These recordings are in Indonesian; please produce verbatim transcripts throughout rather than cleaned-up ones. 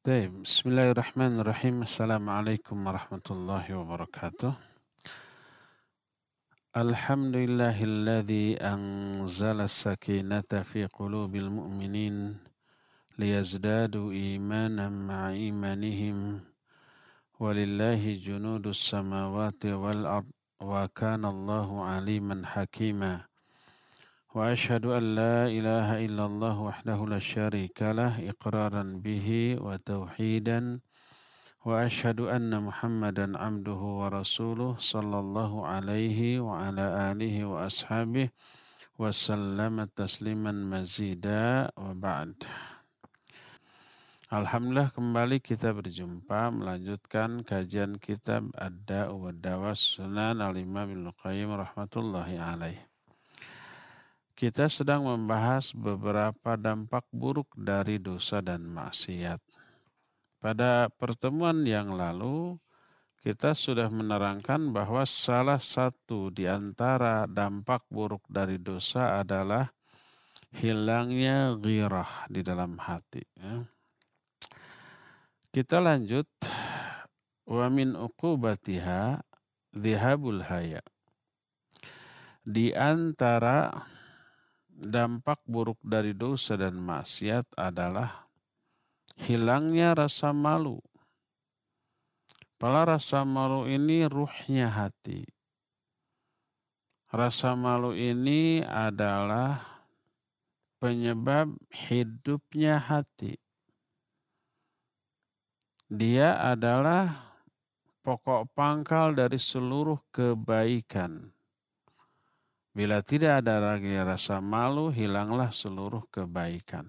طيب بسم الله الرحمن الرحيم السلام عليكم ورحمة الله وبركاته الحمد لله الذي أنزل السكينة في قلوب المؤمنين ليزدادوا إيمانا مع إيمانهم ولله جنود السماوات والأرض وكان الله عليما حكيما وأشهد أن لا إله إلا الله وحده لا شريك له إقرارا به وتوحيدا وأشهد أن محمدا عبده ورسوله صلى الله عليه وعلى آله وأصحابه وسلم تسليما مزيدا وبعد. Alhamdulillah kembali kita berjumpa melanjutkan kajian kitab Ad-Da'u wa Dawa Sunan Al-Imam Ibnu Qayyim rahmatullahi alaih. Kita sedang membahas beberapa dampak buruk dari dosa dan maksiat. Pada pertemuan yang lalu, kita sudah menerangkan bahwa salah satu di antara dampak buruk dari dosa adalah hilangnya ghirah di dalam hati. Ya. Kita lanjut. Wa min uqubatiha dhihabul haya. Di antara dampak buruk dari dosa dan maksiat adalah hilangnya rasa malu. Padahal rasa malu ini ruhnya hati. Rasa malu ini adalah penyebab hidupnya hati. Dia adalah pokok pangkal dari seluruh kebaikan. Bila tidak ada lagi rasa malu, hilanglah seluruh kebaikan.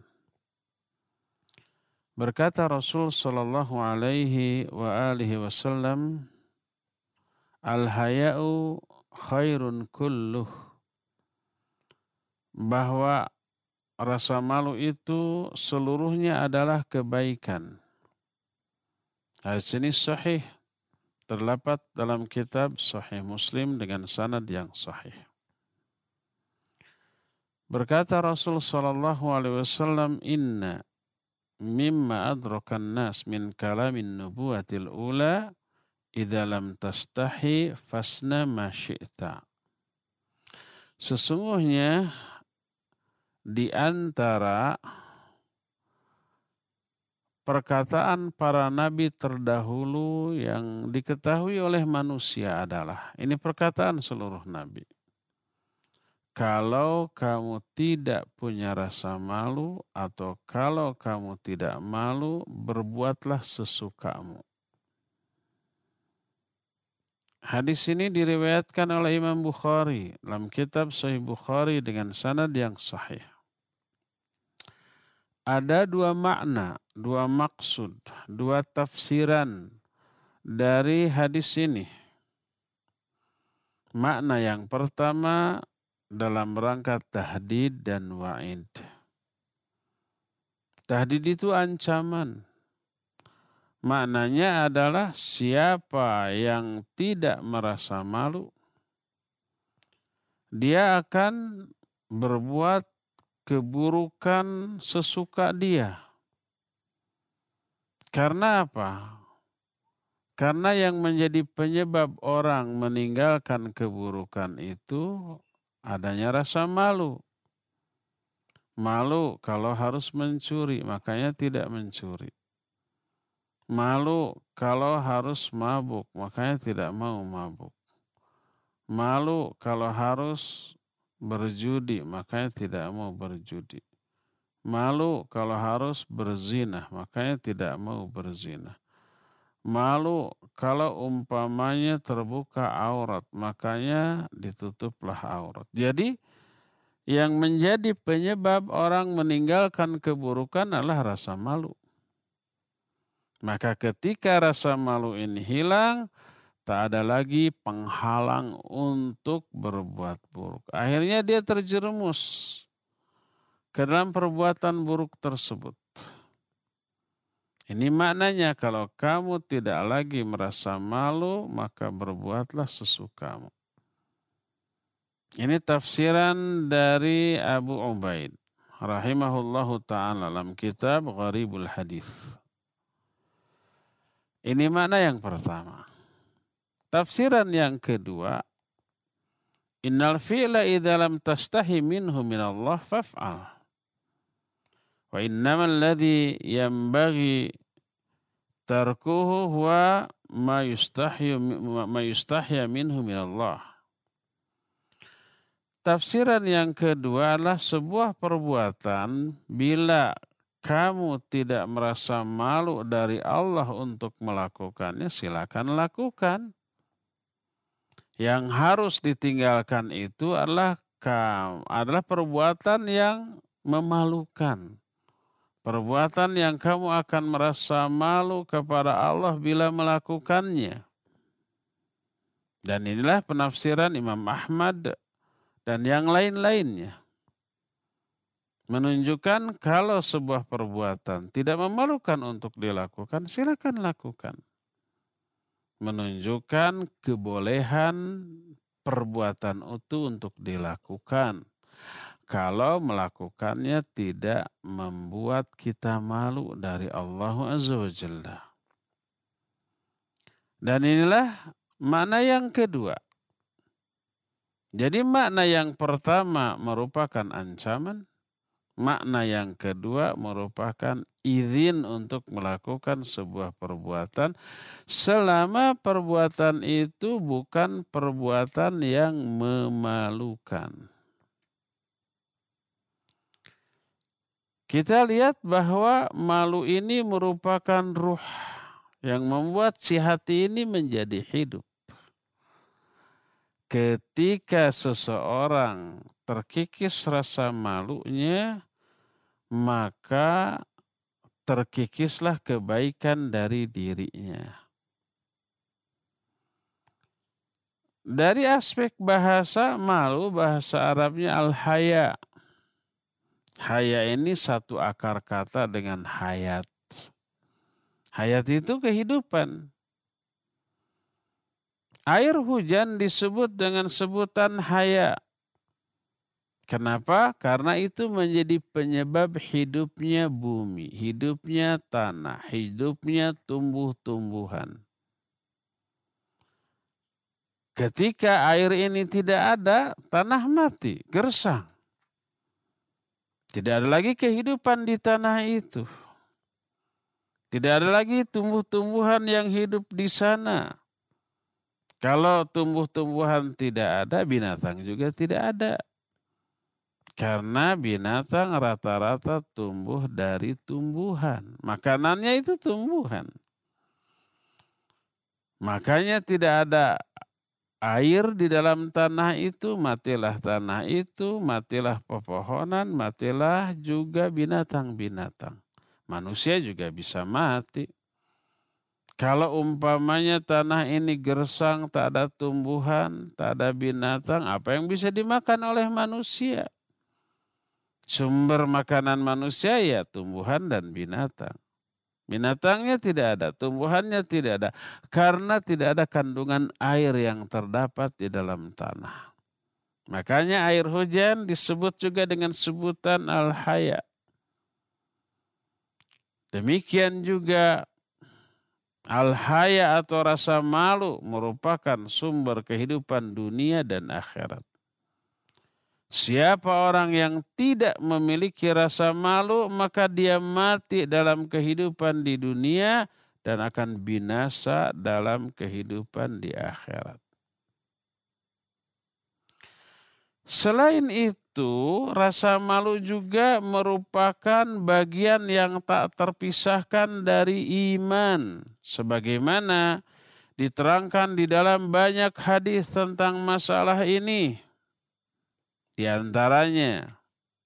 Berkata Rasul sallallahu alaihi wa alihi wasallam, al-haya'u khairun kulluh. Bahwa rasa malu itu seluruhnya adalah kebaikan. Hadis ini sahih, terdapat dalam kitab Sahih Muslim dengan sanad yang sahih. Berkata Rasul sallallahu alaihi wasallam, inna mimma adrakan nas min kalamin nubuwatil ula idza lam tastahi fasna ma syi'ta. Sesungguhnya di antara perkataan para nabi terdahulu yang diketahui oleh manusia adalah, ini perkataan seluruh nabi. Kalau kamu tidak punya rasa malu atau kalau kamu tidak malu, berbuatlah sesukamu. Hadis ini diriwayatkan oleh Imam Bukhari dalam kitab Sahih Bukhari dengan sanad yang sahih. Ada dua makna, dua maksud, dua tafsiran dari hadis ini. Makna yang pertama dalam rangka tahdid dan wa'id. Tahdid itu ancaman. Maknanya adalah siapa yang tidak merasa malu, dia akan berbuat keburukan sesuka dia. Karena apa? Karena yang menjadi penyebab orang meninggalkan keburukan itu adanya rasa malu. Malu kalau harus mencuri, makanya tidak mencuri. Malu kalau harus mabuk, makanya tidak mau mabuk. Malu kalau harus berjudi, makanya tidak mau berjudi. Malu kalau harus berzina, makanya tidak mau berzina. Malu kalau umpamanya terbuka aurat, makanya ditutuplah aurat. Jadi yang menjadi penyebab orang meninggalkan keburukan adalah rasa malu. Maka ketika rasa malu ini hilang, tak ada lagi penghalang untuk berbuat buruk. Akhirnya dia terjerumus ke dalam perbuatan buruk tersebut. Ini maknanya kalau kamu tidak lagi merasa malu, maka berbuatlah sesukamu. Ini tafsiran dari Abu Ubaid rahimahullahu ta'ala dalam kitab Gharibul Hadis. Ini makna yang pertama. Tafsiran yang kedua, innal fi'la idza lam tastahi minhu minallah faf'al. Wa innamal ladzi yanbaghi tarkuhu huwa ma yustahyu ma yustahya minhu minallah. Tafsiran yang kedua adalah sebuah perbuatan bila kamu tidak merasa malu dari Allah untuk melakukannya, silakan lakukan. Yang harus ditinggalkan itu adalah adalah perbuatan yang memalukan. Perbuatan yang kamu akan merasa malu kepada Allah bila melakukannya. Dan inilah penafsiran Imam Ahmad dan yang lain-lainnya. Menunjukkan kalau sebuah perbuatan tidak memalukan untuk dilakukan, silakan lakukan. Menunjukkan kebolehan perbuatan itu untuk dilakukan. Kalau melakukannya tidak membuat kita malu dari Allah Azza wa Jalla. Dan inilah makna yang kedua. Jadi makna yang pertama merupakan ancaman. Makna yang kedua merupakan izin untuk melakukan sebuah perbuatan selama perbuatan itu bukan perbuatan yang memalukan. Kita lihat bahwa malu ini merupakan ruh yang membuat si hati ini menjadi hidup. Ketika seseorang terkikis rasa malunya, maka terkikislah kebaikan dari dirinya. Dari aspek bahasa, malu bahasa Arabnya al-haya. Haya ini satu akar kata dengan hayat. Hayat itu kehidupan. Air hujan disebut dengan sebutan haya. Kenapa? Karena itu menjadi penyebab hidupnya bumi, hidupnya tanah, hidupnya tumbuh-tumbuhan. Ketika air ini tidak ada, tanah mati, gersang. Tidak ada lagi kehidupan di tanah itu. Tidak ada lagi tumbuh-tumbuhan yang hidup di sana. Kalau tumbuh-tumbuhan tidak ada, binatang juga tidak ada. Karena binatang rata-rata tumbuh dari tumbuhan. Makanannya itu tumbuhan. Makanya tidak ada air di dalam tanah itu, matilah tanah itu, matilah pepohonan, matilah juga binatang-binatang. Manusia juga bisa mati. Kalau umpamanya tanah ini gersang, tak ada tumbuhan, tak ada binatang, apa yang bisa dimakan oleh manusia? Sumber makanan manusia ya tumbuhan dan binatang. Binatangnya tidak ada, tumbuhannya tidak ada. Karena tidak ada kandungan air yang terdapat di dalam tanah. Makanya air hujan disebut juga dengan sebutan al-haya. Demikian juga al-haya atau rasa malu merupakan sumber kehidupan dunia dan akhirat. Siapa orang yang tidak memiliki rasa malu, maka dia mati dalam kehidupan di dunia dan akan binasa dalam kehidupan di akhirat. Selain itu, rasa malu juga merupakan bagian yang tak terpisahkan dari iman. Sebagaimana diterangkan di dalam banyak hadis tentang masalah ini. Di antaranya,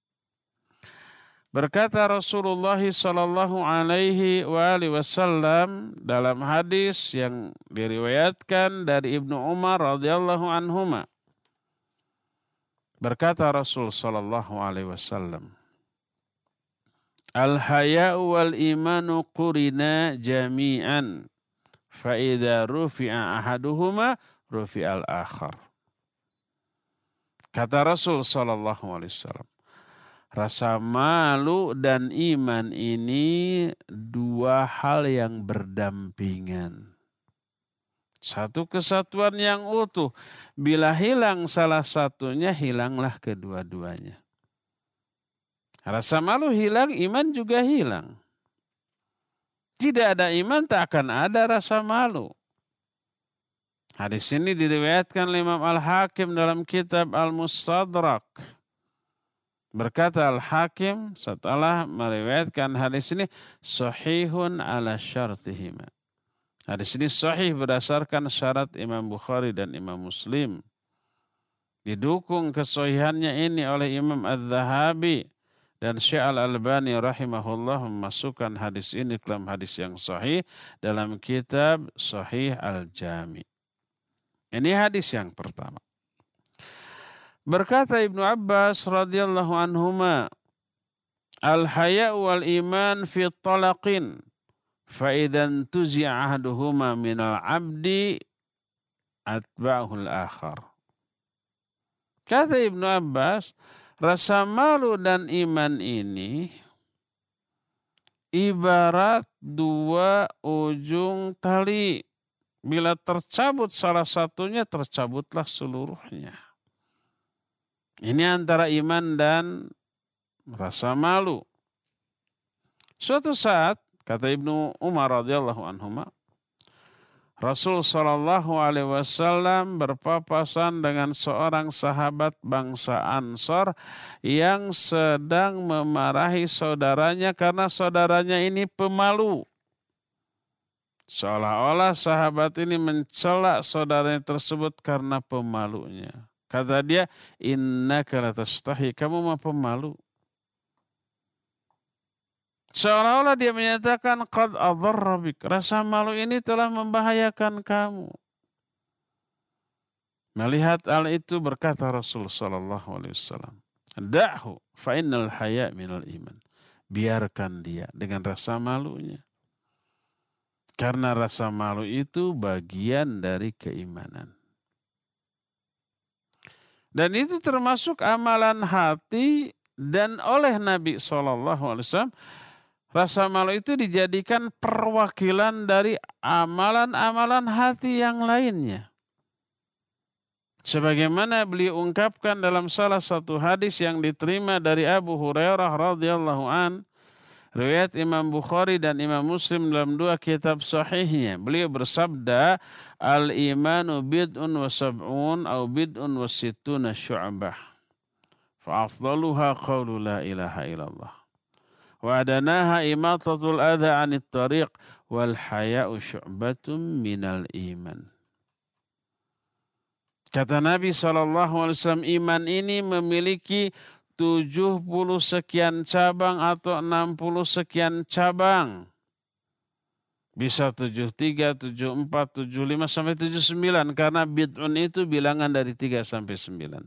berkata Rasulullah sallallahu alaihi wasallam dalam hadis yang diriwayatkan dari Ibnu Umar radhiyallahu anhuma. Berkata Rasul sallallahu alaihi wasallam, "Al-haya'u wal imanu qurina jami'an, fa idza rufi'a ahaduhuma rufi'al akhar." Kata Rasul sallallahu alaihi wasallam, Rasa malu dan iman ini dua hal yang berdampingan. Satu kesatuan yang utuh. Bila hilang salah satunya, hilanglah kedua-duanya. Rasa malu hilang, iman juga hilang. Tidak ada iman, tak akan ada rasa malu. Hadis ini diriwayatkan oleh Imam Al-Hakim dalam kitab Al-Mustadrak. Berkata Al-Hakim setelah meriwayatkan hadis ini, sahihun ala syartihima. Hadis ini sahih berdasarkan syarat Imam Bukhari dan Imam Muslim. Didukung kesahihannya ini oleh Imam Az-Zahabi dan Syekh Al-Albani rahimahullah memasukkan hadis ini dalam hadis yang sahih dalam kitab Sahih Al-Jami. Ini hadis yang pertama. Berkata Ibnu Abbas radhiyallahu anhuma, al-haya' wal iman fi talaqin fa idan tuzi'a ahduhuma minal 'abdi atba'ahu al-akhar. Kata Ibnu Abbas, rasa malu dan iman ini ibarat dua ujung tali. Bila tercabut salah satunya, tercabutlah seluruhnya. Ini antara iman dan rasa malu. Suatu saat, kata Ibnu Umar radhiyallahu anhuma, Rasul sallallahu alaihi wasallam berpapasan dengan seorang sahabat bangsa Ansor yang sedang memarahi saudaranya karena saudaranya ini pemalu. Seolah-olah sahabat ini mencela saudaranya tersebut karena pemalunya. Kata dia, innaka latastahi, kamu mah pemalu. Seolah-olah dia menyatakan qad adharra bik, rasa malu ini telah membahayakan kamu. Melihat hal itu berkata Rasul sallallahu alaihi wasallam, da'hu fa innal haya' minal iman. Biarkan dia dengan rasa malunya. Karena rasa malu itu bagian dari keimanan. Dan itu termasuk amalan hati, dan oleh Nabi shallallahu alaihi wasallam rasa malu itu dijadikan perwakilan dari amalan-amalan hati yang lainnya. Sebagaimana beliau ungkapkan dalam salah satu hadis yang diterima dari Abu Hurairah radhiyallahu an, riwayat Imam Bukhari dan Imam Muslim dalam dua kitab sahihnya. Beliau bersabda, al-imanu bid'un wa sab'un au bid'un wa sittuna syu'bah. Fa'afdaluha qawlu la ilaha illallah. Wa adanaha imatatul adha 'anit tariq wal haya'u syu'batun minal iman. Kata Nabi shallallahu alaihi wasallam, iman ini memiliki tujuh puluh sekian cabang atau enam puluh sekian cabang. Bisa tujuh puluh tiga, tujuh puluh empat, tujuh puluh lima sampai tujuh puluh sembilan karena bid'un itu bilangan dari tiga sampai sembilan.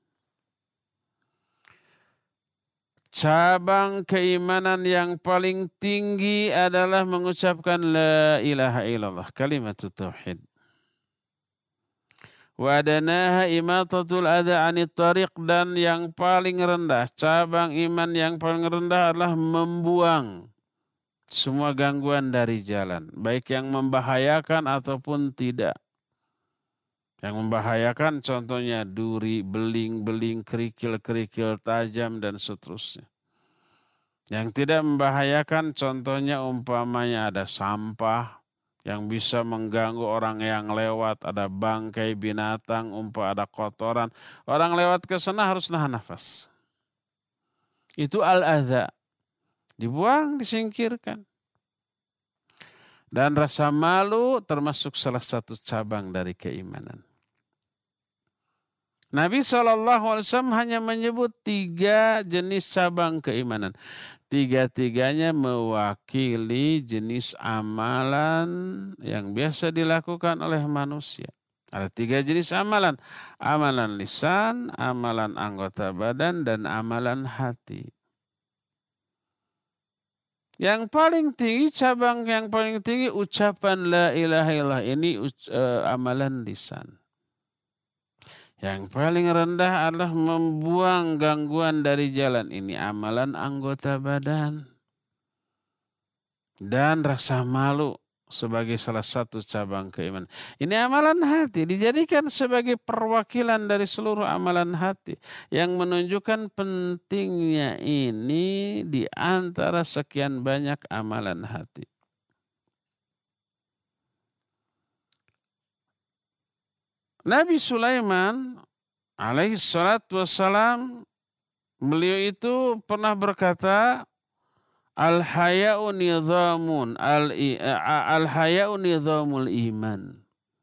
Cabang keimanan yang paling tinggi adalah mengucapkan la ilaha illallah, kalimat tauhid. Wa adanaha imatatul adha 'anit tariq, dan yang paling rendah, cabang iman yang paling rendah adalah membuang semua gangguan dari jalan, baik yang membahayakan ataupun tidak. Yang membahayakan contohnya duri, beling-beling, kerikil-kerikil tajam dan seterusnya. Yang tidak membahayakan contohnya umpamanya ada sampah yang bisa mengganggu orang yang lewat, ada bangkai binatang, umpah ada kotoran. Orang lewat ke sana harus nahan nafas. Itu al-adha. Dibuang, disingkirkan. Dan rasa malu termasuk salah satu cabang dari keimanan. Nabi shallallahu alaihi wasallam hanya menyebut tiga jenis cabang keimanan. Tiga-tiganya mewakili jenis amalan yang biasa dilakukan oleh manusia. Ada tiga jenis amalan. Amalan lisan, amalan anggota badan, dan amalan hati. Yang paling tinggi, cabang yang paling tinggi ucapan la ilaha illallah ini uh, amalan lisan. Yang paling rendah adalah membuang gangguan dari jalan. Ini amalan anggota badan. Dan rasa malu sebagai salah satu cabang keimanan. Ini amalan hati dijadikan sebagai perwakilan dari seluruh amalan hati yang menunjukkan pentingnya ini di antara sekian banyak amalan hati. Nabi Sulaiman alaihi salatu wassalam, beliau itu pernah berkata, Al-haya'u nidhamun al-haya'u nidhamul iman.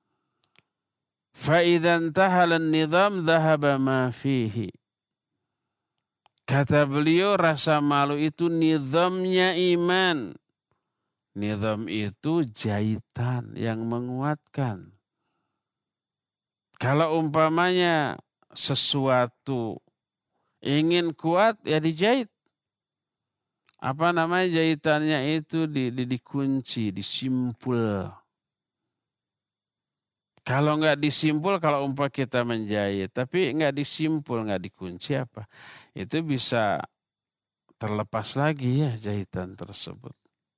Fa idza intahala an-nidham dhahaba ma fihi. Kata beliau, rasa malu itu nidhamnya iman. Nidham itu jahitan yang menguatkan. Kalau umpamanya sesuatu ingin kuat, ya dijahit. Apa namanya jahitannya itu di, di, dikunci, disimpul. Kalau nggak disimpul, kalau umpah kita menjahit, tapi nggak disimpul, nggak dikunci apa, itu bisa terlepas lagi ya jahitan tersebut.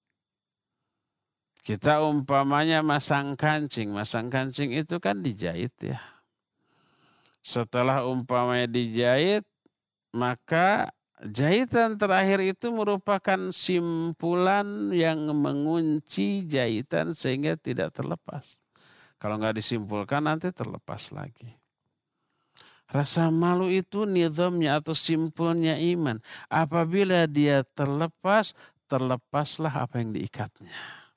Kita umpamanya masang kancing, masang kancing itu kan dijahit ya. Setelah umpamanya dijahit, maka jahitan terakhir itu merupakan simpulan yang mengunci jahitan sehingga tidak terlepas. Kalau nggak disimpulkan nanti terlepas lagi. Rasa malu itu nizamnya atau simpulnya iman. Apabila dia terlepas, terlepaslah apa yang diikatnya.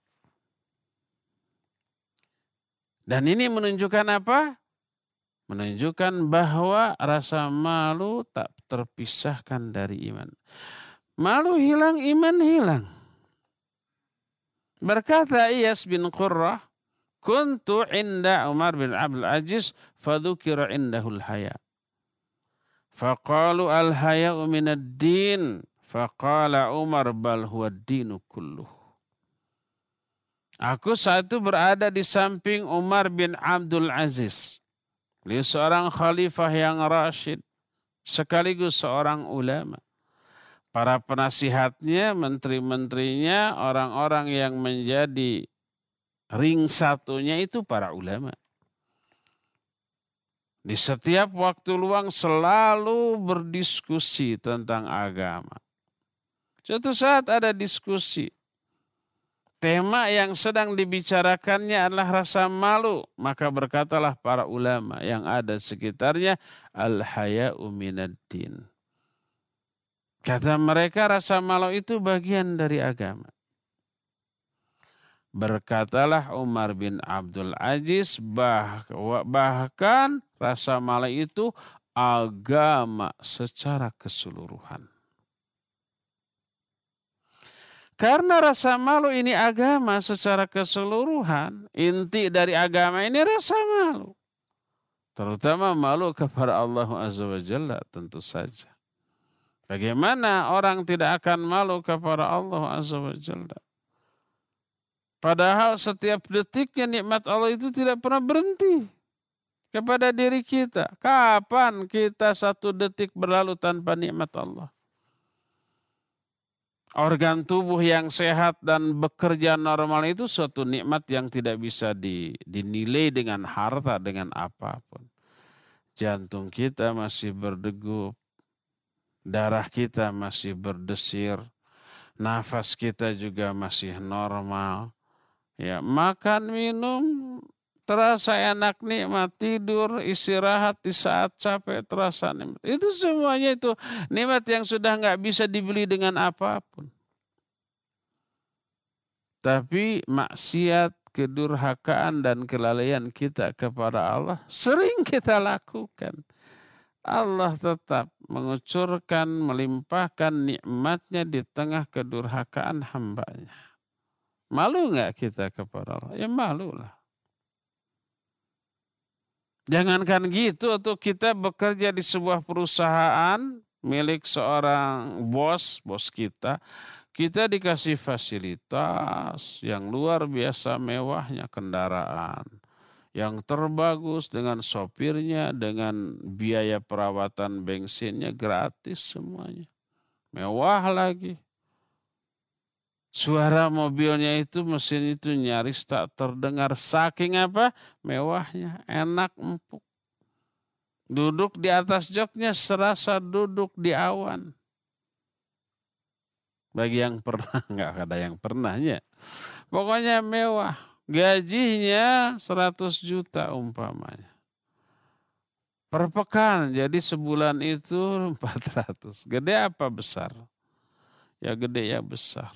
Dan ini menunjukkan apa? Menunjukkan bahwa rasa malu tak terpisahkan dari iman. Malu hilang, iman hilang. Berkata Iyas bin Qurrah, kuntu inda Umar bin Abdul Aziz, fadhukira indahul haya. Faqalu al-haya'u minad din. Faqala Umar bal huwa dinu kulluh. Aku saat itu berada di samping Umar bin Abdul Aziz. Beliau seorang khalifah yang rasyid, sekaligus seorang ulama. Para penasihatnya, menteri-menterinya, orang-orang yang menjadi ring satunya itu para ulama. Di setiap waktu luang selalu berdiskusi tentang agama. Suatu saat ada diskusi. Tema yang sedang dibicarakannya adalah rasa malu. Maka berkatalah para ulama yang ada sekitarnya, al-haya'u minad din. Kata mereka rasa malu itu bagian dari agama. Berkatalah Umar bin Abdul Aziz, bah, bahkan rasa malu itu agama secara keseluruhan. Karena rasa malu ini agama secara keseluruhan, inti dari agama ini rasa malu. Terutama malu kepada Allah Azza wa Jalla tentu saja. Bagaimana orang tidak akan malu kepada Allah Azza wa Jalla? Padahal setiap detiknya nikmat Allah itu tidak pernah berhenti kepada diri kita. Kapan kita satu detik berlalu tanpa nikmat Allah? Organ tubuh yang sehat dan bekerja normal itu suatu nikmat yang tidak bisa dinilai dengan harta, dengan apapun. Jantung kita masih berdegup, darah kita masih berdesir, nafas kita juga masih normal. Ya, makan, minum, terasa enak, nikmat, tidur, istirahat di saat capek, terasa nikmat. Itu semuanya itu nikmat yang sudah nggak bisa dibeli dengan apapun. Tapi maksiat, kedurhakaan dan kelalaian kita kepada Allah sering kita lakukan. Allah tetap mengucurkan, melimpahkan nikmatnya di tengah kedurhakaan hambanya. Malu nggak kita kepada Allah? Ya malulah. Jangankan gitu, atau kita bekerja di sebuah perusahaan milik seorang bos, bos kita, kita dikasih fasilitas yang luar biasa mewahnya kendaraan, yang terbagus dengan sopirnya, dengan biaya perawatan bensinnya gratis semuanya. Mewah lagi. Suara mobilnya itu, mesin itu nyaris tak terdengar. Saking apa? Mewahnya, enak, empuk. Duduk di atas joknya serasa duduk di awan. Bagi yang pernah, nggak ada yang pernahnya. Pokoknya mewah. Gajinya seratus juta umpamanya. Per pekan, jadi sebulan itu empat ratus. Gede apa besar? Ya gede ya besar.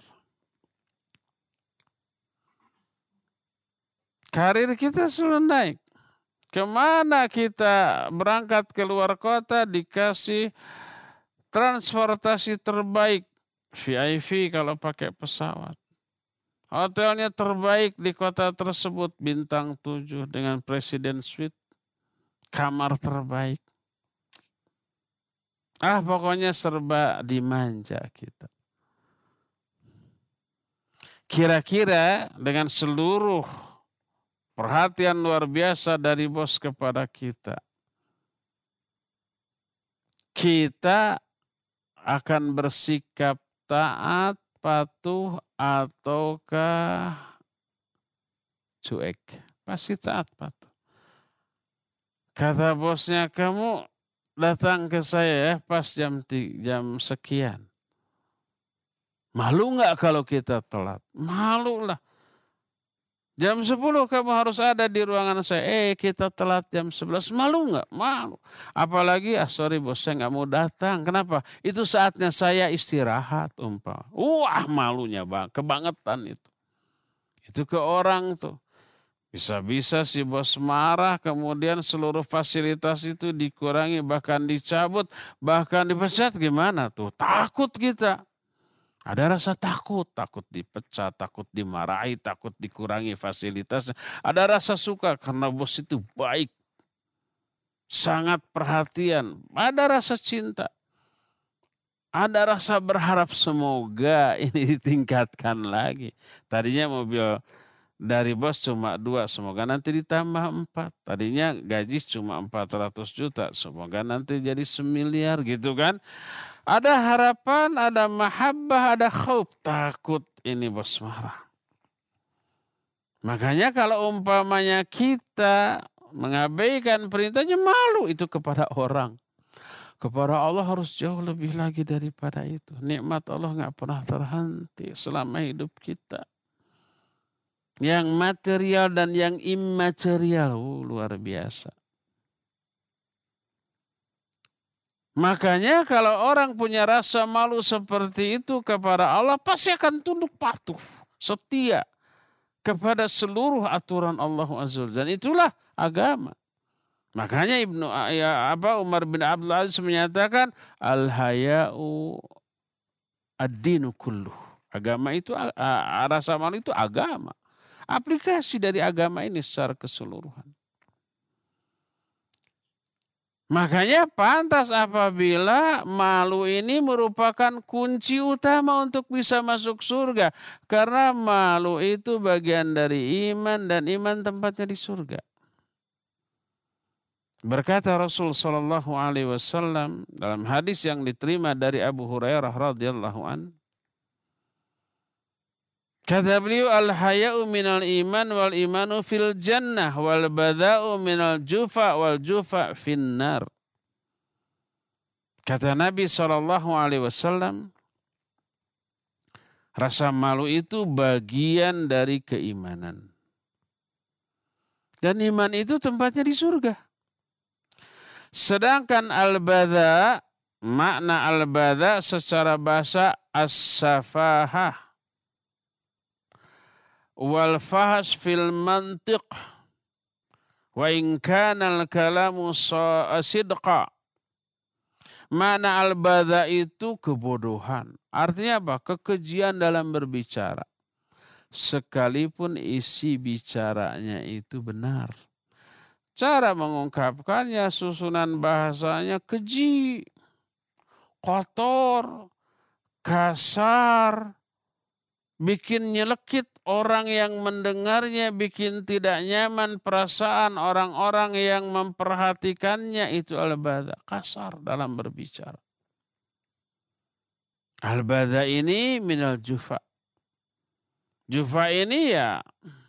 Karir kita sudah naik. Kemana kita berangkat ke luar kota dikasih transportasi terbaik. V I P kalau pakai pesawat. Hotelnya terbaik di kota tersebut, bintang tujuh dengan presiden suite. Kamar terbaik. Ah, pokoknya serba dimanja kita. Kira-kira dengan seluruh perhatian luar biasa dari bos kepada kita, kita akan bersikap taat, patuh, ataukah cuek? Pasti taat, patuh. Kata bosnya, kamu datang ke saya ya pas jam jam sekian. Malu nggak kalau kita telat? Malu lah. Jam sepuluh kamu harus ada di ruangan saya. Eh, kita telat jam sebelas. Malu nggak? Malu. Apalagi, ah sorry bos, saya nggak mau datang. Kenapa? Itu saatnya saya istirahat, umpah. Wah, malunya bang, kebangetan itu. Itu ke orang tuh. Bisa-bisa si bos marah, kemudian seluruh fasilitas itu dikurangi, bahkan dicabut, bahkan dipecat. Gimana tuh? Takut kita. Ada rasa takut, takut dipecat, takut dimarahi, takut dikurangi fasilitasnya. Ada rasa suka karena bos itu baik, sangat perhatian. Ada rasa cinta. Ada rasa berharap semoga ini ditingkatkan lagi. Tadinya mobil dari bos cuma dua, semoga nanti ditambah empat. Tadinya gaji cuma empat ratus juta, semoga nanti jadi semiliar gitu kan. Ada harapan, ada mahabbah, ada khauf. Takut ini bos marah. Makanya kalau umpamanya kita mengabaikan perintahnya, malu itu kepada orang. Kepada Allah harus jauh lebih lagi daripada itu. Nikmat Allah nggak pernah terhenti selama hidup kita. Yang material dan yang imaterial, uh, luar biasa. Makanya kalau orang punya rasa malu seperti itu kepada Allah, pasti akan tunduk patuh, setia kepada seluruh aturan Allah Azza wa Jalla. Dan itulah agama. Makanya Ibnu ya, apa Umar bin Abdul Aziz menyatakan al-haya'u ad-dinu kulluh. Agama itu, rasa malu itu agama. Aplikasi dari agama ini secara keseluruhan. Makanya pantas apabila malu ini merupakan kunci utama untuk bisa masuk surga. Karena malu itu bagian dari iman dan iman tempatnya di surga. Berkata Rasul sallallahu alaihi wasallam dalam hadis yang diterima dari Abu Hurairah radhiyallahu an. Kata beliau, al-haya'u minal iman wal imanu fil jannah wal bada'u minal jufa wal jufa finnar. Kata Nabi shallallahu alaihi wasallam, rasa malu itu bagian dari keimanan. Dan iman itu tempatnya di surga. Sedangkan al-badha, makna al-badha secara bahasa as-safahah. Wal fahas fil mantiq wa in kana al-kalamu sidqa. Mana al-badha itu kebodohan. Artinya apa? Kekejian dalam berbicara. Sekalipun isi bicaranya itu benar. Cara mengungkapkannya, susunan bahasanya keji, kotor, kasar, bikin nyelekit orang yang mendengarnya, bikin tidak nyaman perasaan orang-orang yang memperhatikannya, itu al-badha, kasar dalam berbicara. Al-badha ini minal jufa. Jufa ini ya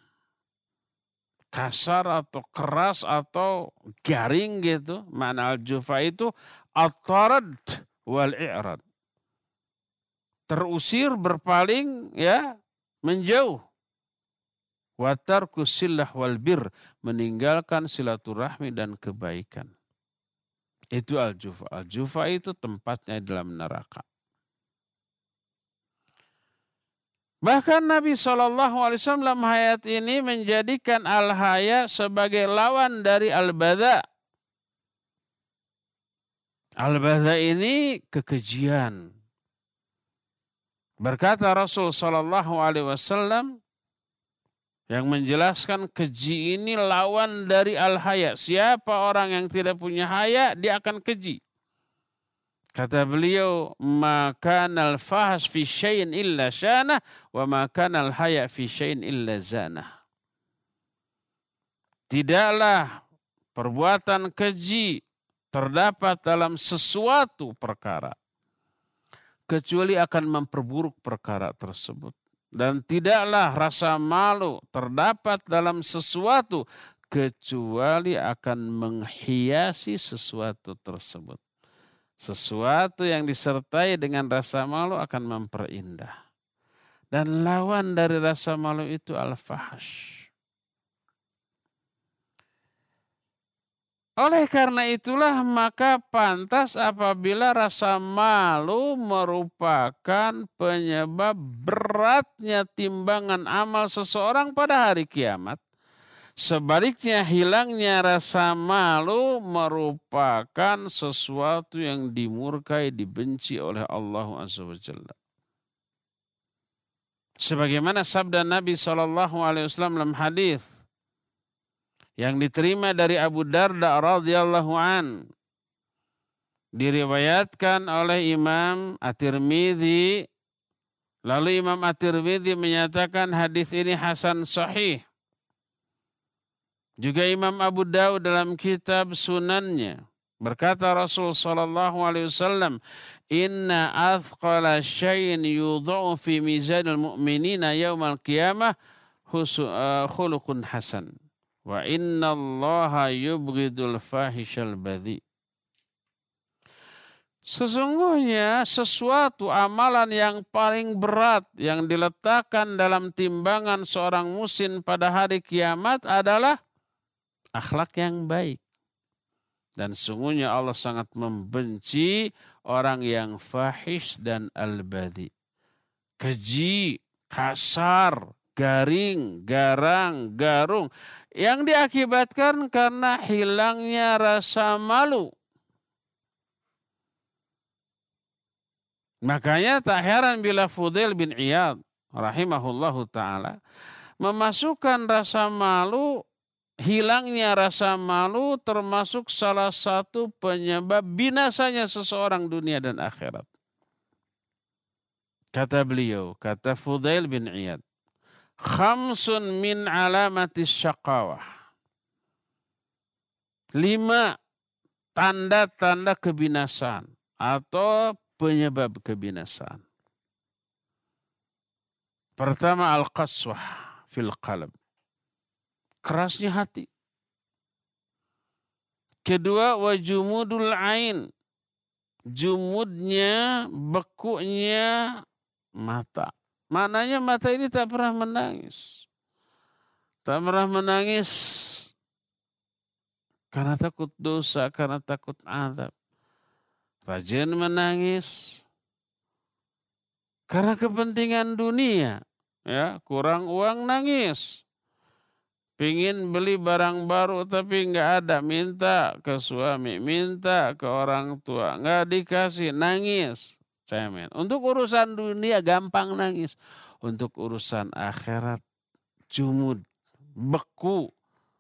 kasar atau keras atau garing gitu. Mana al-jufa itu at-tarad wal-i'rad. Terusir, berpaling, ya, menjauh. Wa tarku sillah wal bir, meninggalkan silaturahmi dan kebaikan. Itu al-jufa. Al-jufa itu tempatnya dalam neraka. Bahkan Nabi shallallahu alaihi wasallam dalam ayat ini menjadikan al-haya sebagai lawan dari al-badha. Al-badha ini kekejian. Berkata Rasul shallallahu alaihi wasallam yang menjelaskan keji ini lawan dari al-haya. Siapa orang yang tidak punya haya, dia akan keji. Kata beliau, maka al-fahsh fi syai'in illa syana wa maka al-haya fi syai'in illa zana. Tidaklah perbuatan keji terdapat dalam sesuatu perkara kecuali akan memperburuk perkara tersebut. Dan tidaklah rasa malu terdapat dalam sesuatu kecuali akan menghiasi sesuatu tersebut. Sesuatu yang disertai dengan rasa malu akan memperindah. Dan lawan dari rasa malu itu al-fahsh. Oleh karena itulah maka pantas apabila rasa malu merupakan penyebab beratnya timbangan amal seseorang pada hari kiamat. Sebaliknya hilangnya rasa malu merupakan sesuatu yang dimurkai, dibenci oleh Allah Azza wa Jalla. Sebagaimana sabda Nabi shallallahu alaihi wasallam dalam hadis yang diterima dari Abu Darda radhiyallahu an, diriwayatkan oleh Imam At-Tirmidzi, lalu Imam At-Tirmidzi menyatakan hadis ini hasan sahih. Juga Imam Abu Daud dalam kitab Sunannya berkata Rasul sallallahu alaihi wasallam, "Inna athqala syai'in yudha'u fi mizanil mu'minina yaumal qiyamah khuluqun hasan. Wa inna allaha yubghidul fahishal badhi." Sesungguhnya sesuatu amalan yang paling berat yang diletakkan dalam timbangan seorang muslim pada hari kiamat adalah akhlak yang baik. Dan sungguhnya Allah sangat membenci orang yang fahish dan al-badhi. Keji, kasar, garing, garang, garung. Yang diakibatkan karena hilangnya rasa malu. Makanya tak heran bila Fudail bin Iyad rahimahullahu ta'ala memasukkan rasa malu, hilangnya rasa malu termasuk salah satu penyebab binasanya seseorang dunia dan akhirat. Kata beliau, kata Fudail bin Iyad, khamsun min alamatis syaqawah. Lima tanda-tanda kebinasaan atau penyebab kebinasaan. Pertama, al-qaswah fil qalb. Kerasnya hati. Kedua, wajumudul ain. Jumudnya, bekunya mata. Maknanya mata ini tak pernah menangis. Tak pernah menangis karena takut dosa, karena takut azab. Rajin menangis karena kepentingan dunia. Ya, kurang uang nangis. Pingin beli barang baru tapi nggak ada, minta ke suami, minta ke orang tua, nggak dikasih, nangis. Cemen. Untuk urusan dunia gampang nangis. Untuk urusan akhirat jumud, beku.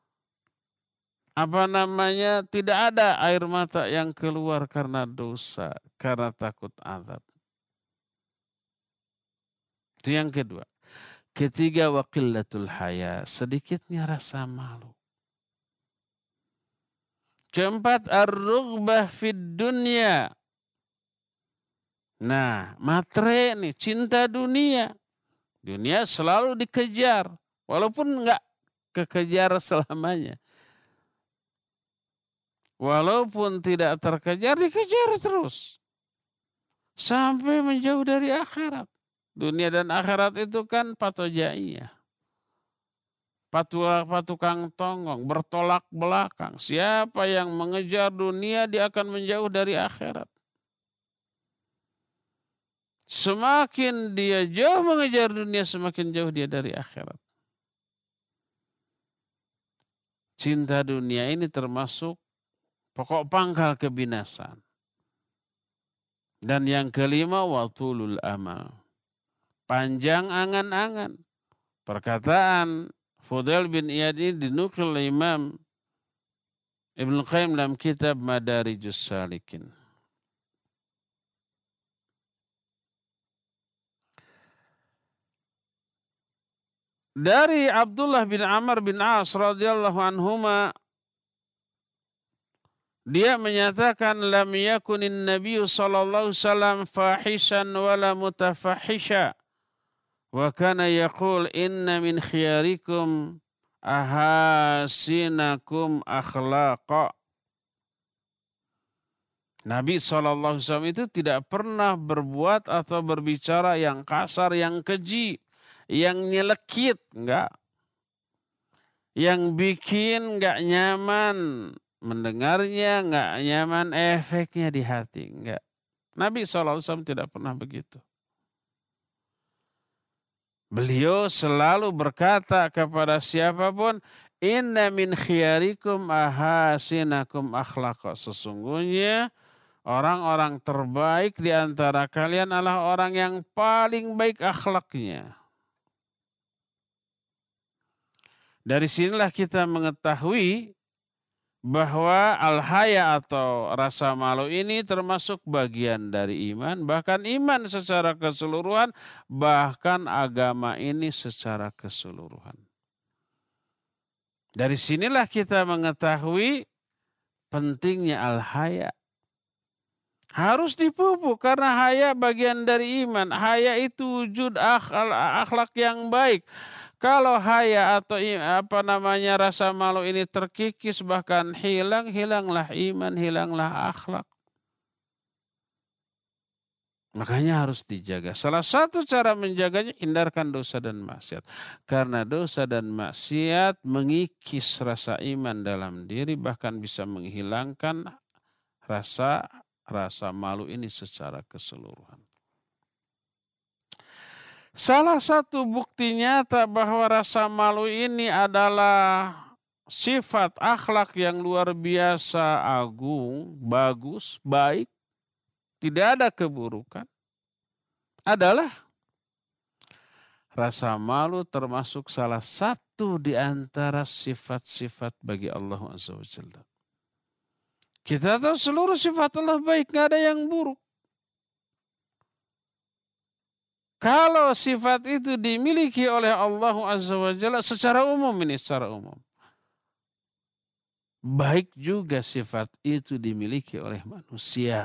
Apa namanya, tidak ada air mata yang keluar karena dosa, karena takut azab. Itu yang kedua. Ketiga, wa qillatul haya, sedikitnya rasa malu. Keempat, ar-rughbah fid dunya. Nah, matre nih, cinta dunia. Dunia selalu dikejar, walaupun enggak kekejar selamanya. Walaupun tidak terkejar, dikejar terus. Sampai menjauh dari akhirat. Dunia dan akhirat itu kan patojaiyah. Patu, patukang tonggong, bertolak belakang. Siapa yang mengejar dunia, dia akan menjauh dari akhirat. Semakin dia jauh mengejar dunia, semakin jauh dia dari akhirat. Cinta dunia ini termasuk pokok pangkal kebinasan. Dan yang kelima, watulul amal. Panjang angan-angan. Perkataan Fudail bin Iyad ini dinukil Imam Ibnu Qayyim dalam kitab Madarijus Salikin. Dari Abdullah bin Amr bin As radhiyallahu anhuma, dia menyatakan lam yakunin nabiyyu sallallahu alaihi wasallam fahishan wala mutafahisha wa kana yaqul inna min khiyarikum ahasinakum akhlaqa. Nabi shallallahu alaihi wasallam itu tidak pernah berbuat atau berbicara yang kasar, yang keji, yang nyelekit, enggak. Yang bikin enggak nyaman mendengarnya, enggak nyaman efeknya di hati, enggak. Nabi shallallahu alaihi wasallam tidak pernah begitu. Beliau selalu berkata kepada siapapun, inna min khiyarikum ahasinakum akhlaqa. Sesungguhnya orang-orang terbaik di antara kalian adalah orang yang paling baik akhlaknya. Dari sinilah kita mengetahui bahwa al-haya atau rasa malu ini termasuk bagian dari iman. Bahkan iman secara keseluruhan, bahkan agama ini secara keseluruhan. Dari sinilah kita mengetahui pentingnya al-haya. Harus dipupuk karena haya bagian dari iman. Haya itu wujud akhlak yang baik. Kalau haya atau apa namanya rasa malu ini terkikis bahkan hilang, hilanglah iman, hilanglah akhlak. Makanya harus dijaga. Salah satu cara menjaganya, hindarkan dosa dan maksiat. Karena dosa dan maksiat mengikis rasa iman dalam diri, bahkan bisa menghilangkan rasa rasa malu ini secara keseluruhan. Salah satu bukti nyata bahwa rasa malu ini adalah sifat akhlak yang luar biasa agung, bagus, baik, tidak ada keburukan, adalah rasa malu termasuk salah satu di antara sifat-sifat bagi Allah Azza wa Jalla. Kita tahu seluruh sifat Allah baik, nggak ada yang buruk. Kalau sifat itu dimiliki oleh Allah Azza wa Jalla secara umum ini, secara umum. Baik juga sifat itu dimiliki oleh manusia.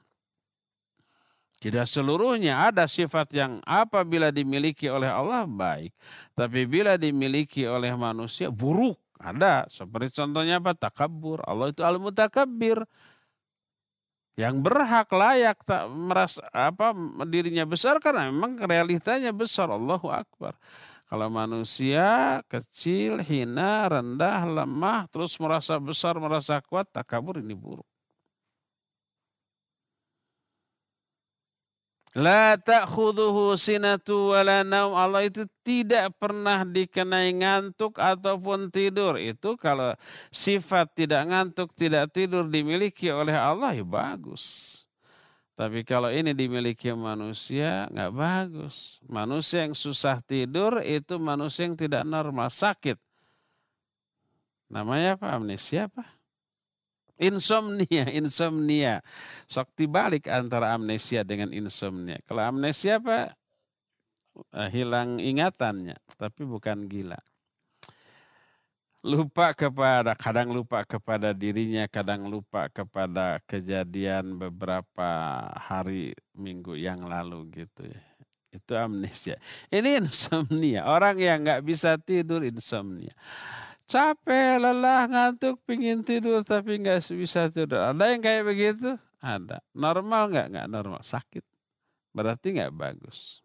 Tidak seluruhnya, ada sifat yang apabila dimiliki oleh Allah baik. Tapi bila dimiliki oleh manusia buruk. Ada, seperti contohnya apa? Takabbur. Allah itu al-mutakabbir. Yang berhak layak tak merasa apa dirinya besar karena memang realitanya besar. Allahu Akbar. Kalau manusia kecil, hina, rendah, lemah, terus merasa besar, merasa kuat, takabur, ini buruk. La ta'khudhuhu sinatu wala naum. Allah itu tidak pernah dikenai ngantuk ataupun tidur. Itu kalau sifat tidak ngantuk, tidak tidur dimiliki oleh Allah, ya bagus. Tapi kalau ini dimiliki manusia, nggak bagus. Manusia yang susah tidur itu manusia yang tidak normal, sakit. Namanya apa? Amnesia apa? Insomnia, insomnia. Sok dibalik antara amnesia dengan insomnia. Kalau amnesia apa? uh, hilang ingatannya, tapi bukan gila. Lupa kepada, kadang lupa kepada dirinya, kadang lupa kepada kejadian beberapa hari minggu yang lalu gitu ya. Itu amnesia. Ini insomnia. Orang yang nggak bisa tidur insomnia. Capek, lelah, ngantuk, pingin tidur tapi nggak bisa tidur. Ada yang kayak begitu? Ada. Normal nggak? Nggak normal. Sakit. Berarti nggak bagus.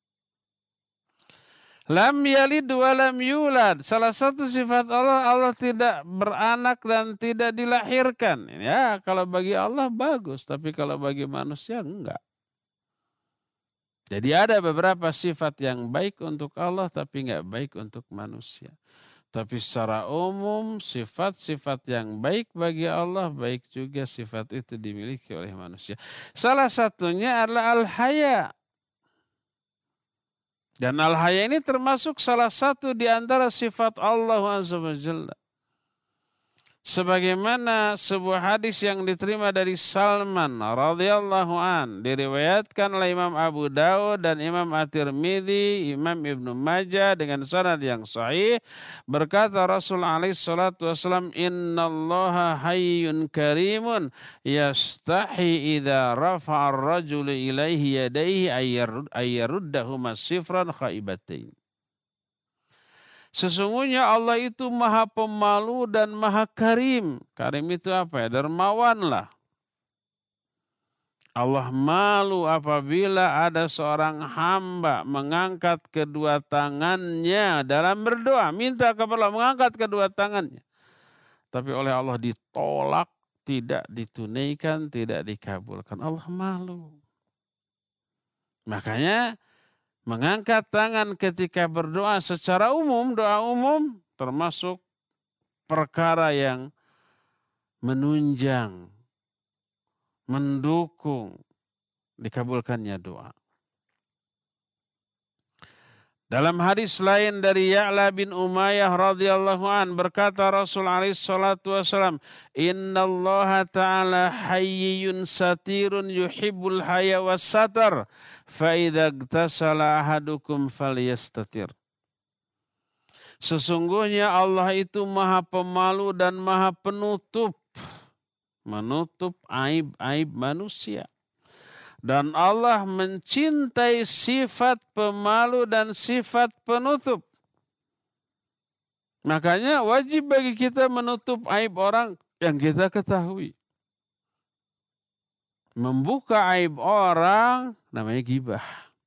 Lam yalid wa lam yulad. Salah satu sifat Allah, Allah tidak beranak dan tidak dilahirkan. Ya, kalau bagi Allah bagus, tapi kalau bagi manusia enggak. Jadi ada beberapa sifat yang baik untuk Allah tapi enggak baik untuk manusia. Tapi secara umum sifat-sifat yang baik bagi Allah, baik juga sifat itu dimiliki oleh manusia. Salah satunya adalah al-haya. Dan al-haya ini termasuk salah satu di antara sifat Allah Azza wa Jalla. Sebagaimana sebuah hadis yang diterima dari Salman radhiyallahu an, diriwayatkan oleh Imam Abu Dawud dan Imam At-Tirmidzi, Imam Ibnu Majah dengan sanad yang sahih, berkata Rasul alaihi salatu wasallam, "Innallaha hayyun karimun yastahi idza rafa'a ar-rajulu ilaihi yadayhi ayyaruddahuma sifran khaibatain." Sesungguhnya Allah itu maha pemalu dan maha karim. Karim itu apa ya? Dermawan lah. Allah malu apabila ada seorang hamba mengangkat kedua tangannya dalam berdoa. Minta kepada Allah mengangkat kedua tangannya. Tapi oleh Allah ditolak, tidak ditunaikan, tidak dikabulkan. Allah malu. Makanya mengangkat tangan ketika berdoa secara umum, doa umum termasuk perkara yang menunjang, mendukung dikabulkannya doa. Dalam hadis lain dari Ya'la bin Umayyah radhiyallahu an berkata Rasul alaihi salatu wasallam, "Innallaha ta'ala hayyun satirun yuhibbul haya was satar, fa idza igtasala ahadukum falyastatir." Sesungguhnya Allah itu maha pemalu dan maha penutup, menutup aib-aib manusia. Dan Allah mencintai sifat pemalu dan sifat penutup. Makanya wajib bagi kita menutup aib orang yang kita ketahui. Membuka aib orang namanya ghibah.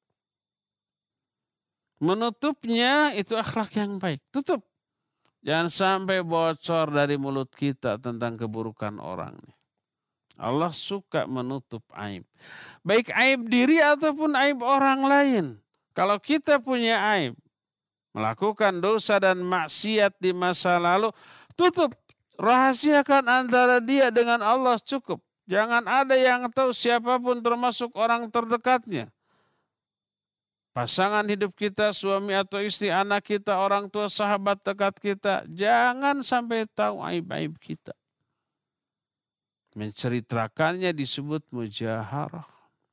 Menutupnya itu akhlak yang baik. Tutup. Jangan sampai bocor dari mulut kita tentang keburukan orang. Allah suka menutup aib. Baik aib diri ataupun aib orang lain. Kalau kita punya aib, melakukan dosa dan maksiat di masa lalu, tutup. Rahasiakan antara dia dengan Allah cukup. Jangan ada yang tahu siapapun termasuk orang terdekatnya. Pasangan hidup kita, suami atau istri, anak kita, orang tua, sahabat dekat kita. Jangan sampai tahu aib-aib kita. Menceritakannya disebut mujaharah.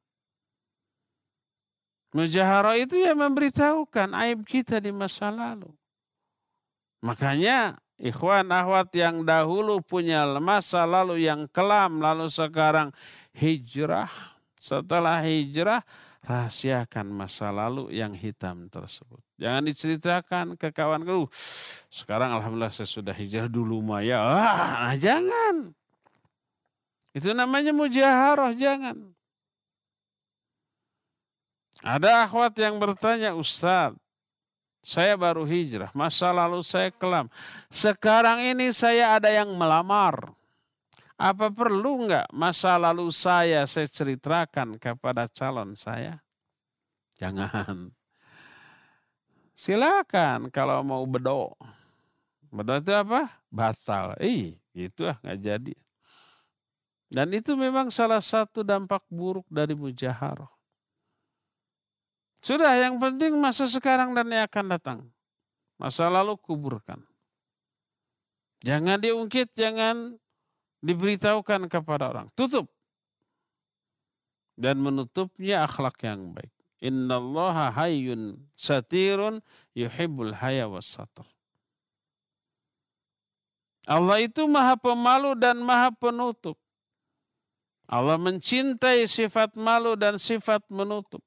Mujaharah itu ya memberitahukan aib kita di masa lalu. Makanya ikhwan akhwat yang dahulu punya masa lalu yang kelam, lalu sekarang hijrah. Setelah hijrah, rahasiakan masa lalu yang hitam tersebut. Jangan diceritakan ke kawan lu. Sekarang alhamdulillah saya sudah hijrah, dulu maya. Ah, jangan. Itu namanya mujaharah, jangan. Ada akhwat yang bertanya, "Ustaz, saya baru hijrah, masa lalu saya kelam. Sekarang ini saya ada yang melamar. Apa perlu enggak masa lalu saya saya ceritakan kepada calon saya?" Jangan. Silakan kalau mau bedo. Bedo itu apa? Batal. Ih, gitu ah, nggak jadi. Dan itu memang salah satu dampak buruk dari mujaharah. Sudah, yang penting masa sekarang dan yang akan datang. Masa lalu kuburkan. Jangan diungkit, jangan diberitahukan kepada orang. Tutup. Dan menutupnya akhlak yang baik. Innallaha hayyun satirun yuhibbul haya was satar. Allah itu maha pemalu dan maha penutup. Allah mencintai sifat malu dan sifat menutup.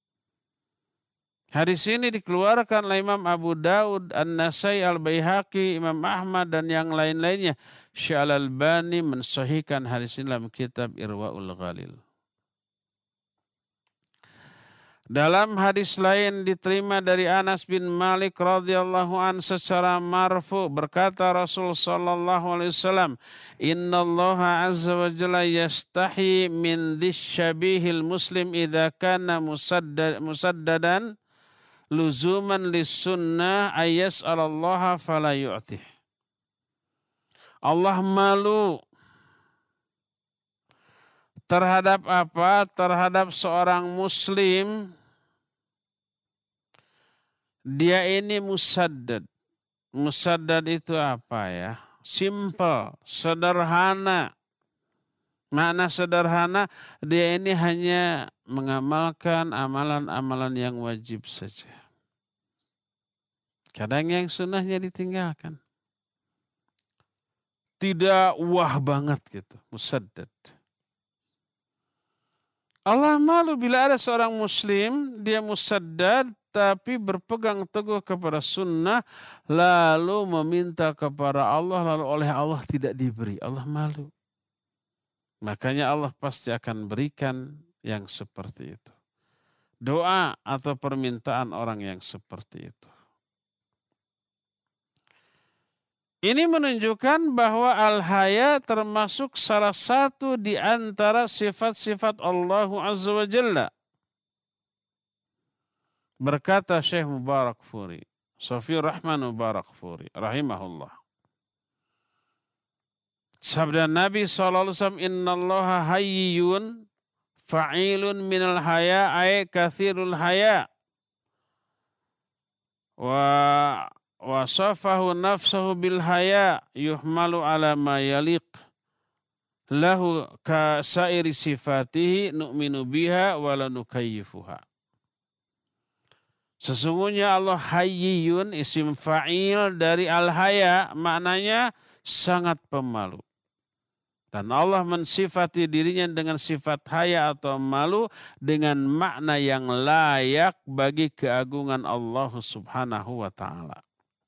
Hadis ini dikeluarkan oleh Imam Abu Daud, An-Nasai, Al-Baihaqi, Imam Ahmad dan yang lain-lainnya. Syekh Al-Albani mensahihkan hadis ini dalam kitab Irwaul Ghalil. Dalam hadis lain diterima dari Anas bin Malik radhiyallahu an secara marfu berkata Rasul sallallahu alaihi wasallam, "Innallaha azza wa jalla yastahi min dzisyabihil muslim idza kana musaddad musaddadan luzuman lis-sunnah ayyas'alallaha fala yu'tih." Allah malu terhadap apa? Terhadap seorang muslim. Dia ini musaddad. Musaddad itu apa ya? Simple, sederhana. Makna sederhana, dia ini hanya mengamalkan amalan-amalan yang wajib saja. Kadang yang sunnahnya ditinggalkan. Tidak wah banget gitu, musaddad. Allah malu bila ada seorang muslim, dia musaddad tapi berpegang teguh kepada sunnah, lalu meminta kepada Allah, lalu oleh Allah tidak diberi. Allah malu. Makanya Allah pasti akan berikan yang seperti itu. Doa atau permintaan orang yang seperti itu. Ini menunjukkan bahwa al-haya termasuk salah satu di antara sifat-sifat Allah Azza wa Jalla. Berkata Syekh Mubarakfuri, Safiur Rahman Mubarakfuri, rahimahullah. Sabda Nabi shallallahu alaihi wasallam, "Innallaha hayyun fa'ilun minal haya ay kathirul haya." Wa wasafahu nafsahu bil haya yuhmalu ala ma yaliq lahu ka sairi sifatihi nu'minu biha wa la nukayyifuha. Sesungguhnya Allah hayyun, isim fa'il dari al-haya, maknanya sangat pemalu. Dan Allah mensifati dirinya dengan sifat haya atau malu dengan makna yang layak bagi keagungan Allah Subhanahu wa ta'ala.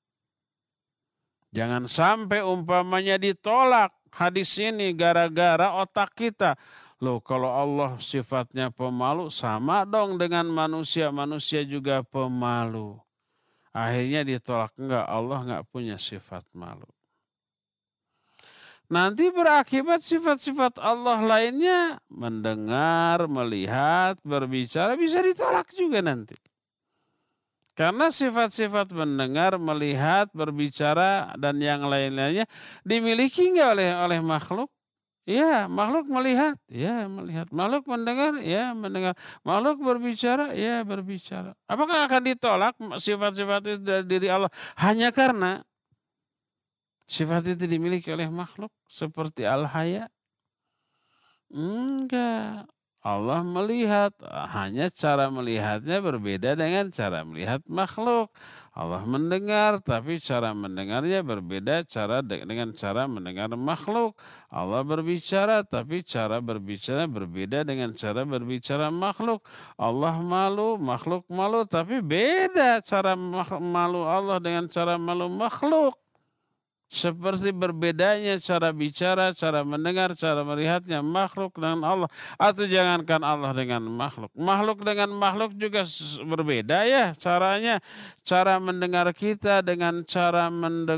Jangan sampai umpamanya ditolak hadis ini gara-gara otak kita. Loh, kalau Allah sifatnya pemalu, sama dong dengan manusia. Manusia juga pemalu. Akhirnya ditolak. Enggak, Allah enggak punya sifat malu. Nanti berakibat sifat-sifat Allah lainnya, mendengar, melihat, berbicara, bisa ditolak juga nanti. Karena sifat-sifat mendengar, melihat, berbicara, dan yang lain-lainnya dimiliki enggak oleh oleh makhluk? Ya, makhluk melihat, ya melihat. Makhluk mendengar, ya mendengar. Makhluk berbicara, ya berbicara. Apakah akan ditolak sifat-sifat itu dari diri Allah hanya karena sifat itu dimiliki oleh makhluk seperti al-haya? Enggak. Allah melihat, hanya cara melihatnya berbeda dengan cara melihat makhluk. Allah mendengar, tapi cara mendengarnya berbeda cara dengan cara mendengar makhluk. Allah berbicara, tapi cara berbicara berbeda dengan cara berbicara makhluk. Allah malu, makhluk malu, tapi beda cara malu Allah dengan cara malu makhluk. Seperti berbedanya cara bicara, cara mendengar, cara melihatnya makhluk dengan Allah. Atau jangankan Allah dengan makhluk. Makhluk dengan makhluk juga berbeda ya caranya. Cara mendengar kita dengan cara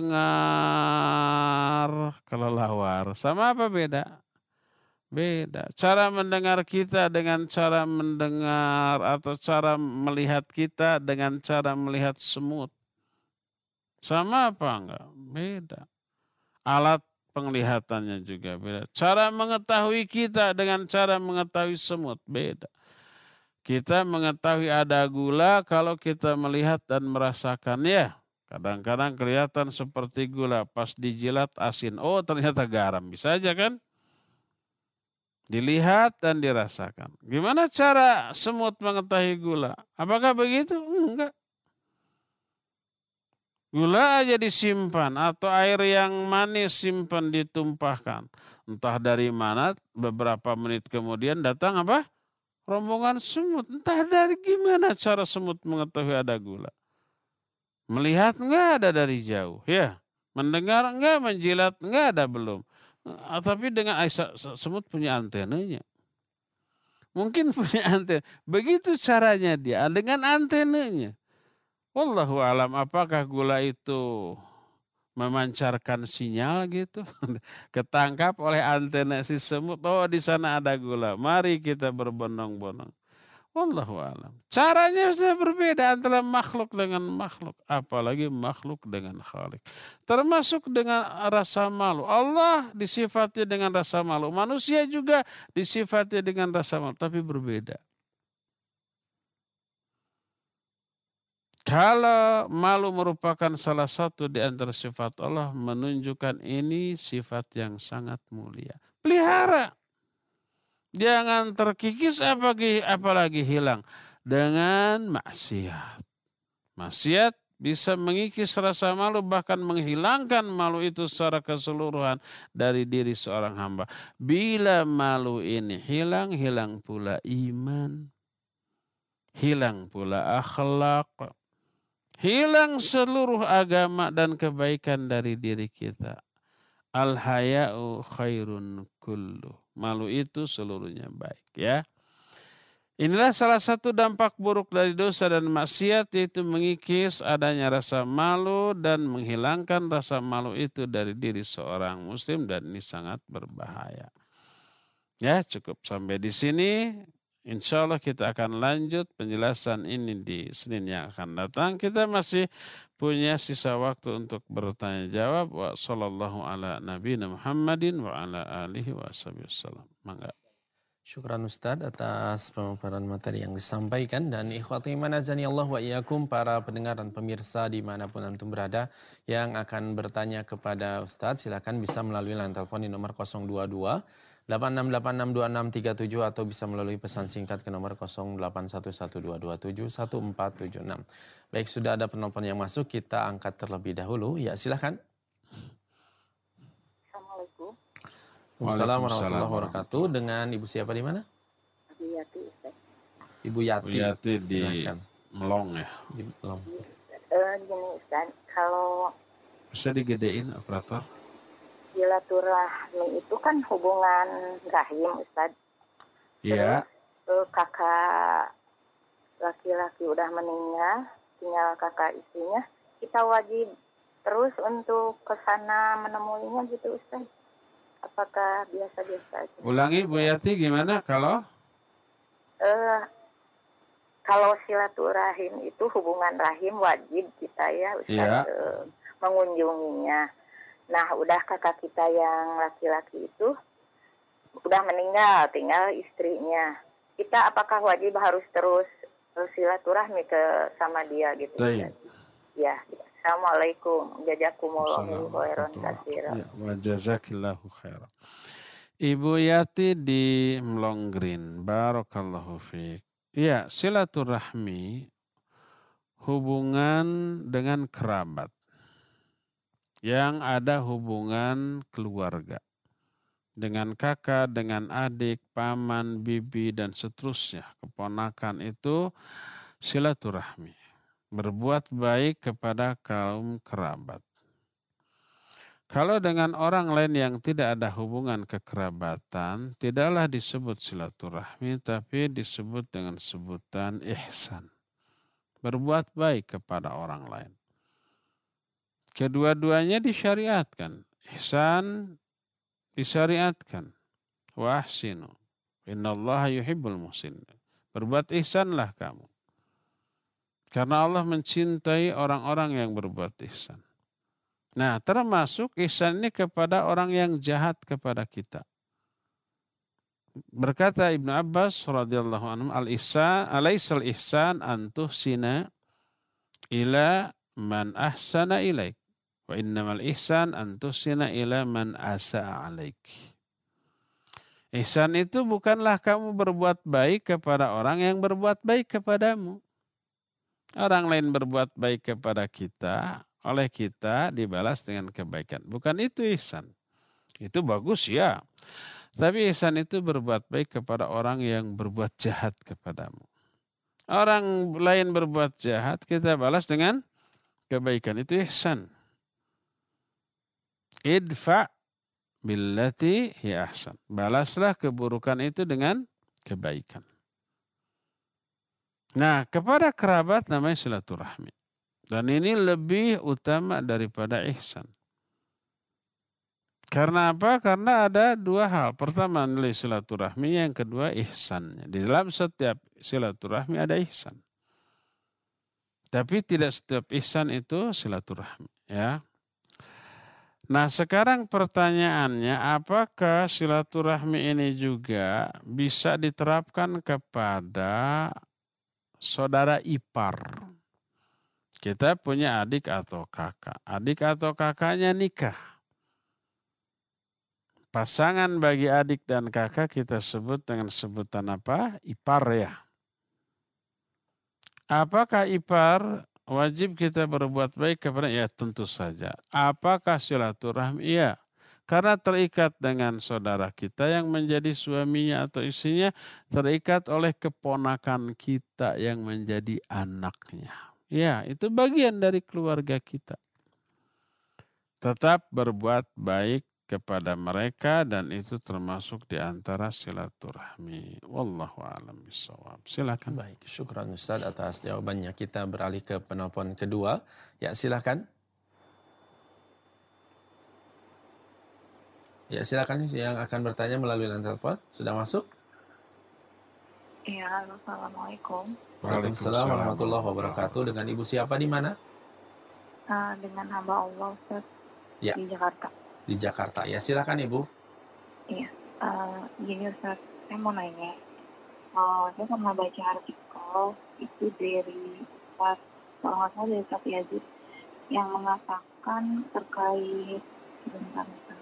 mendengar kelelawar. Sama apa beda? Beda. Cara mendengar kita dengan cara mendengar atau cara melihat kita dengan cara melihat semut. Sama apa enggak? Beda. Alat penglihatannya juga beda. Cara mengetahui kita dengan cara mengetahui semut beda. Kita mengetahui ada gula kalau kita melihat dan merasakan ya. Kadang-kadang kelihatan seperti gula, pas dijilat asin. Oh, ternyata garam. Bisa aja kan? Dilihat dan dirasakan. Gimana cara semut mengetahui gula? Apakah begitu? Enggak. Gula aja disimpan atau air yang manis simpan ditumpahkan. Entah dari mana beberapa menit kemudian datang apa? Rombongan semut. Entah dari gimana cara semut mengetahui ada gula. Melihat enggak ada dari jauh ya. Mendengar enggak, menjilat enggak ada belum. Ah, tapi dengan Aisyah semut punya antenanya. Mungkin punya antena. Begitu caranya dia dengan antenanya. Wallahu alam apakah gula itu memancarkan sinyal gitu. Ketangkap oleh antena si semut. Oh di sana ada gula. Mari kita berbondong-bondong. Wallahu alam. Caranya bisa berbeda antara makhluk dengan makhluk. Apalagi makhluk dengan khalik. Termasuk dengan rasa malu. Allah disifati dengan rasa malu. Manusia juga disifati dengan rasa malu. Tapi berbeda. Kalau malu merupakan salah satu di antara sifat Allah, menunjukkan ini sifat yang sangat mulia. Pelihara. Jangan terkikis apalagi, apalagi hilang dengan maksiat. Maksiat bisa mengikis rasa malu bahkan menghilangkan malu itu secara keseluruhan dari diri seorang hamba. Bila malu ini hilang, hilang pula iman, hilang pula akhlak, hilang seluruh agama dan kebaikan dari diri kita. Al-haya'u khairun kullu. Malu itu seluruhnya baik ya. Inilah salah satu dampak buruk dari dosa dan maksiat yaitu mengikis adanya rasa malu dan menghilangkan rasa malu itu dari diri seorang muslim dan ini sangat berbahaya. Ya cukup sampai di sini. Insya Allah kita akan lanjut penjelasan ini di Senin yang akan datang. Kita masih punya sisa waktu untuk bertanya jawab. Wa sallallahu ala nabiyina Muhammadin wa ala alihi wa sallam. Mangga. Syukran Ustadz atas pemaparan materi yang disampaikan dan ikhwati iman azani Allah wa iyyakum para pendengar dan pemirsa dimanapun antum berada yang akan bertanya kepada Ustadz silakan bisa melalui line telepon di nomor nol dua dua delapan enam delapan enam dua enam tiga tujuh atau bisa melalui pesan singkat ke nomor nol delapan satu satu dua dua tujuh satu empat tujuh enam. Baik sudah ada penelpon yang masuk kita angkat terlebih dahulu ya silakan. Assalamualaikum. Waalaikumsalam warahmatullahi wabarakatuh. Dengan Ibu siapa di mana? Ibu Yati, Ustaz. Ibu Yati. Ibu Yati di Silakan. Melong ya. Di Melong. Eh, gini Ustaz, kalau Bisa digedein operator? silaturahmi itu kan hubungan rahim Ustaz. Iya. Terus eh, kakak laki-laki udah meninggal, tinggal kakak istrinya, kita wajib terus untuk ke sana menemuinya gitu Ustaz. Apakah biasa-biasa aja? Ulangi Bu Yati gimana kalau? Eh, kalau silaturahim itu hubungan rahim wajib kita ya Ustaz Iya. eh, mengunjunginya. Nah udah kakak kita yang laki-laki itu udah meninggal, tinggal istrinya. Kita apakah wajib harus terus eh, silaturahmi ke sama dia gitu Baik. Ustaz? Ya. Assalamualaikum. Jazakumullahu khairan katsiran. Ya, wa jazakillahu khairan. Ibu Yati di Melong Green. Barakallahu fiik. Iya, silaturahmi hubungan dengan kerabat yang ada hubungan keluarga. Dengan kakak, dengan adik, paman, bibi, dan seterusnya. Keponakan itu silaturahmi. Berbuat baik kepada kaum kerabat. Kalau dengan orang lain yang tidak ada hubungan kekerabatan, tidaklah disebut silaturahmi, tapi disebut dengan sebutan ihsan. Berbuat baik kepada orang lain. Kedua-duanya disyariatkan. Ihsan disyariatkan. Wa ahsinu. Innallaha yuhibbul muhsinin. Berbuat ihsanlah kamu. Karena Allah mencintai orang-orang yang berbuat ihsan. Nah, termasuk ihsan ini kepada orang yang jahat kepada kita. Berkata Ibnu Abbas radhiyallahu anhu, al-ihsan, alaisal ihsan an tuhsina ila man ahsana ilaik. Wa innamal ihsan an tuhsina ila man asa'a alaik. Ihsan itu bukanlah kamu berbuat baik kepada orang yang berbuat baik kepadamu. Orang lain berbuat baik kepada kita, oleh kita dibalas dengan kebaikan. Bukan itu ihsan. Itu bagus ya. Tapi ihsan itu berbuat baik kepada orang yang berbuat jahat kepadamu. Orang lain berbuat jahat, kita balas dengan kebaikan. Itu ihsan. Idfa billati hi ahsan. Balaslah keburukan itu dengan kebaikan. Nah, kepada kerabat namanya silaturahmi. Dan ini lebih utama daripada ihsan. Karena apa? Karena ada dua hal. Pertama nilai silaturahmi, yang kedua ihsannya. Di dalam setiap silaturahmi ada ihsan. Tapi tidak setiap ihsan itu silaturahmi, ya. Nah, sekarang pertanyaannya, apakah silaturahmi ini juga bisa diterapkan kepada saudara ipar? Kita punya adik atau kakak. Adik atau kakaknya nikah. Pasangan bagi adik dan kakak kita sebut dengan sebutan apa? Ipar ya. Apakah ipar wajib kita berbuat baik kepada? Ya tentu saja. Apakah silaturahmi? Iya. Karena terikat dengan saudara kita yang menjadi suaminya atau istrinya, terikat oleh keponakan kita yang menjadi anaknya. Ya, itu bagian dari keluarga kita. Tetap berbuat baik kepada mereka dan itu termasuk di antara silaturahmi. Wallahu a'lam bishawab. Silakan. Baik, syukran Ustaz atas jawabannya. Kita beralih ke penelpon kedua. Ya, silakan. Ya, silakan yang akan bertanya melalui line telepon. Sudah masuk? Iya, halo, assalamualaikum. Waalaikumsalam warahmatullahi wabarakatuh. Dengan Ibu siapa di mana? Uh, dengan hamba Allah, Ustaz, Ya. di Jakarta. Di Jakarta. Ya, silakan Ibu. Iya, uh, gini Ustaz, saya mau nanya. Uh, saya pernah baca artikel itu dari Ustaz, kalau nggak salah dari Ustaz Yazid, yang mengatakan terkait bentar, bentar.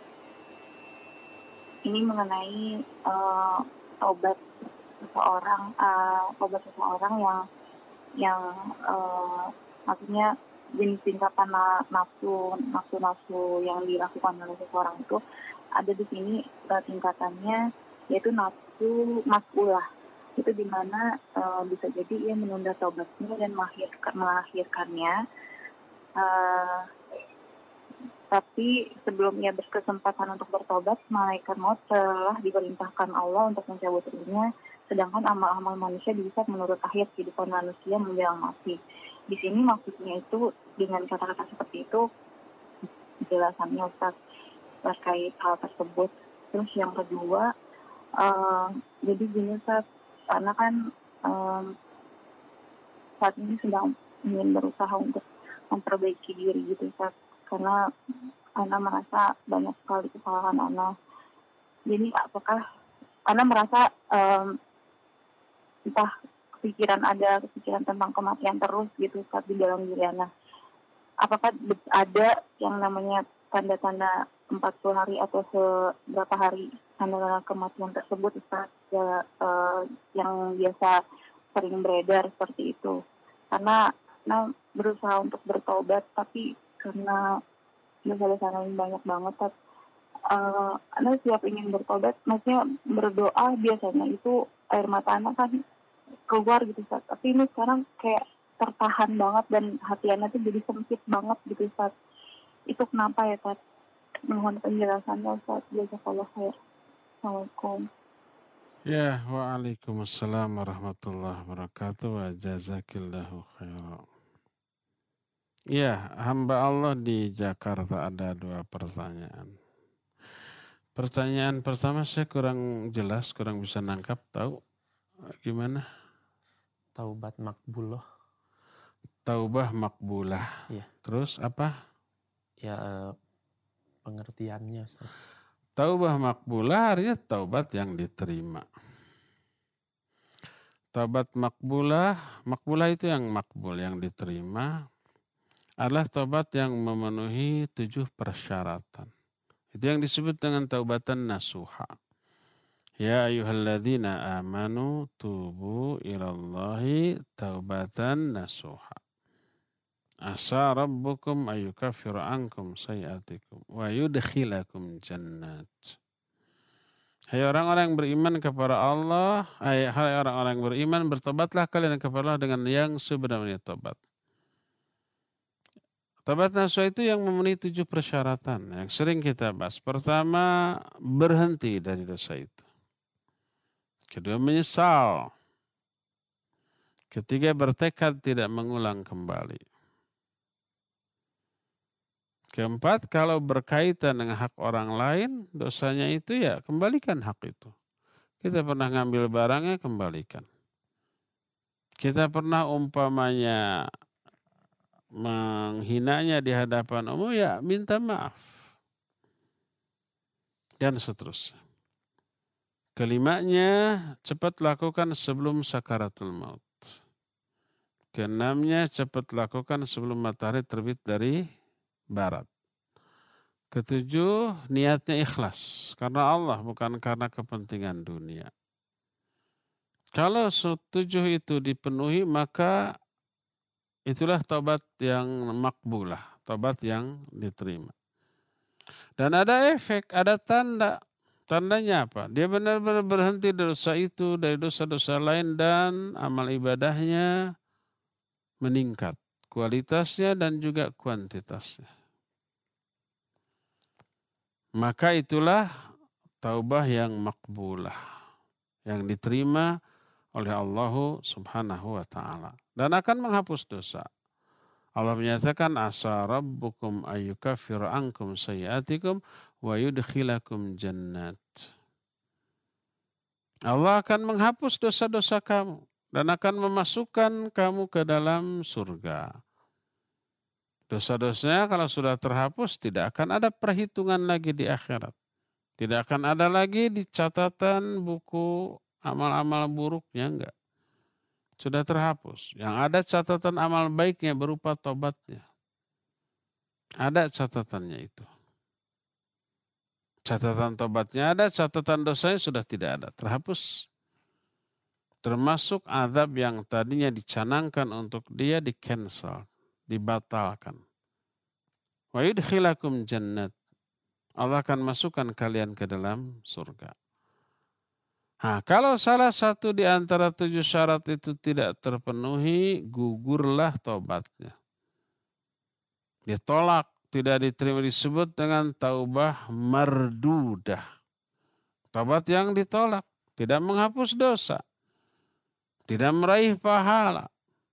Ini mengenai uh, taubat seseorang, uh, taubat seseorang yang yang uh, maksudnya jenis tingkatan nafsu nafsu nafsu yang dilakukan oleh seseorang itu ada di sini uh, tingkatannya, yaitu nafsu mas'ulah. Itu dimana uh, bisa jadi ia menunda taubatnya dan melahirkan, melahirkannya. Uh, Tapi sebelum ia berkesempatan untuk bertobat, malaikat maut telah diperintahkan Allah untuk mencabut ruhnya, sedangkan amal-amal manusia bisa menurut akhir kehidupan manusia menjelang mati. Di sini maksudnya itu dengan kata-kata seperti itu, penjelasannya Ustaz terkait hal tersebut. Terus yang kedua, uh, jadi gini Ustaz, karena kan um, saat ini sedang ingin berusaha untuk memperbaiki diri gitu Ustaz. Karena Ana merasa banyak sekali kesalahan Ana. Jadi apakah Ana merasa um, entah kepikiran ada kepikiran tentang kematian terus gitu saat di dalam diri Ana. Apakah ada yang namanya tanda-tanda empat puluh hari atau seberapa hari tanda-tanda kematian tersebut Ustaz, ya, uh, yang biasa sering beredar seperti itu? Karena Ana berusaha untuk bertobat tapi karena dosa-dosa yang banyak banget, uh, Anda siap ingin bertobat, maksudnya berdoa biasanya itu air mata anak kan keluar gitu Ustaz. Tapi ini sekarang kayak tertahan banget dan hati Anda tuh jadi sempit banget gitu Ustaz. Itu kenapa ya Ustaz? Mohon penjelasannya Ustaz. Jazakallah khair. Assalamualaikum. Ya, waalaikumsalam warahmatullahi wabarakatuh. Wa jazakillahu khairan. Ya, hamba Allah di Jakarta ada dua pertanyaan. Pertanyaan pertama saya kurang jelas, kurang bisa nangkap, tahu gimana? Taubat makbulah. Taubah makbulah. Ya. Terus apa? Ya, pengertiannya Ustaz. Taubah makbulah artinya taubat yang diterima. Taubat makbulah, makbulah itu yang makbul, yang diterima, adalah taubat yang memenuhi tujuh persyaratan. Itu yang disebut dengan taubatan nasuha. Ya ayyuhalladzina amanu tubu ilallahi taubatan nasuha. Asa rabbukum ayyukaffiru ankum sayiatikum wa yudkhilakum jannat. Hai orang-orang yang beriman kepada Allah, hai orang-orang yang beriman, bertobatlah kalian kepada Allah dengan yang sebenarnya tobat. Tobat nasuha itu yang memenuhi tujuh persyaratan yang sering kita bahas. Pertama, berhenti dari dosa itu. Kedua, menyesal. Ketiga, bertekad tidak mengulang kembali. Keempat, kalau berkaitan dengan hak orang lain, dosanya itu ya kembalikan hak itu. Kita pernah ngambil barangnya, kembalikan. Kita pernah umpamanya menghinanya di hadapan umum, ya minta maaf. Dan seterusnya. Kelimanya, cepat lakukan sebelum sakaratul maut. Keenamnya, cepat lakukan sebelum matahari terbit dari barat. Ketujuh, niatnya ikhlas. Karena Allah, bukan karena kepentingan dunia. Kalau setujuh itu dipenuhi, maka itulah taubat yang makbulah. Taubat yang diterima. Dan ada efek, ada tanda. Tandanya apa? Dia benar-benar berhenti dari dosa itu, dari dosa-dosa lain, dan amal ibadahnya meningkat. Kualitasnya dan juga kuantitasnya. Maka itulah taubah yang makbulah. Yang diterima oleh Allah subhanahu wa ta'ala. Dan akan menghapus dosa. Allah menyatakan, asa rabbukum ayyukaffir ankum sayiatikum wa yudkhilakum jannat. Allah akan menghapus dosa-dosa kamu. Dan akan memasukkan kamu ke dalam surga. Dosa-dosanya kalau sudah terhapus tidak akan ada perhitungan lagi di akhirat. Tidak akan ada lagi di catatan buku amal-amal buruknya, enggak. Sudah terhapus. Yang ada catatan amal baiknya berupa tobatnya. Ada catatannya itu. Catatan tobatnya ada, catatan dosanya sudah tidak ada. Terhapus. Termasuk azab yang tadinya dicanangkan untuk dia di-cancel. Dibatalkan. Wa yudkhilakum jannat. Allah akan masukkan kalian ke dalam surga. Nah, kalau salah satu di antara tujuh syarat itu tidak terpenuhi, gugurlah tobatnya. Ditolak, tidak diterima, disebut dengan taubah mardudah. Taubat yang ditolak, tidak menghapus dosa, tidak meraih pahala.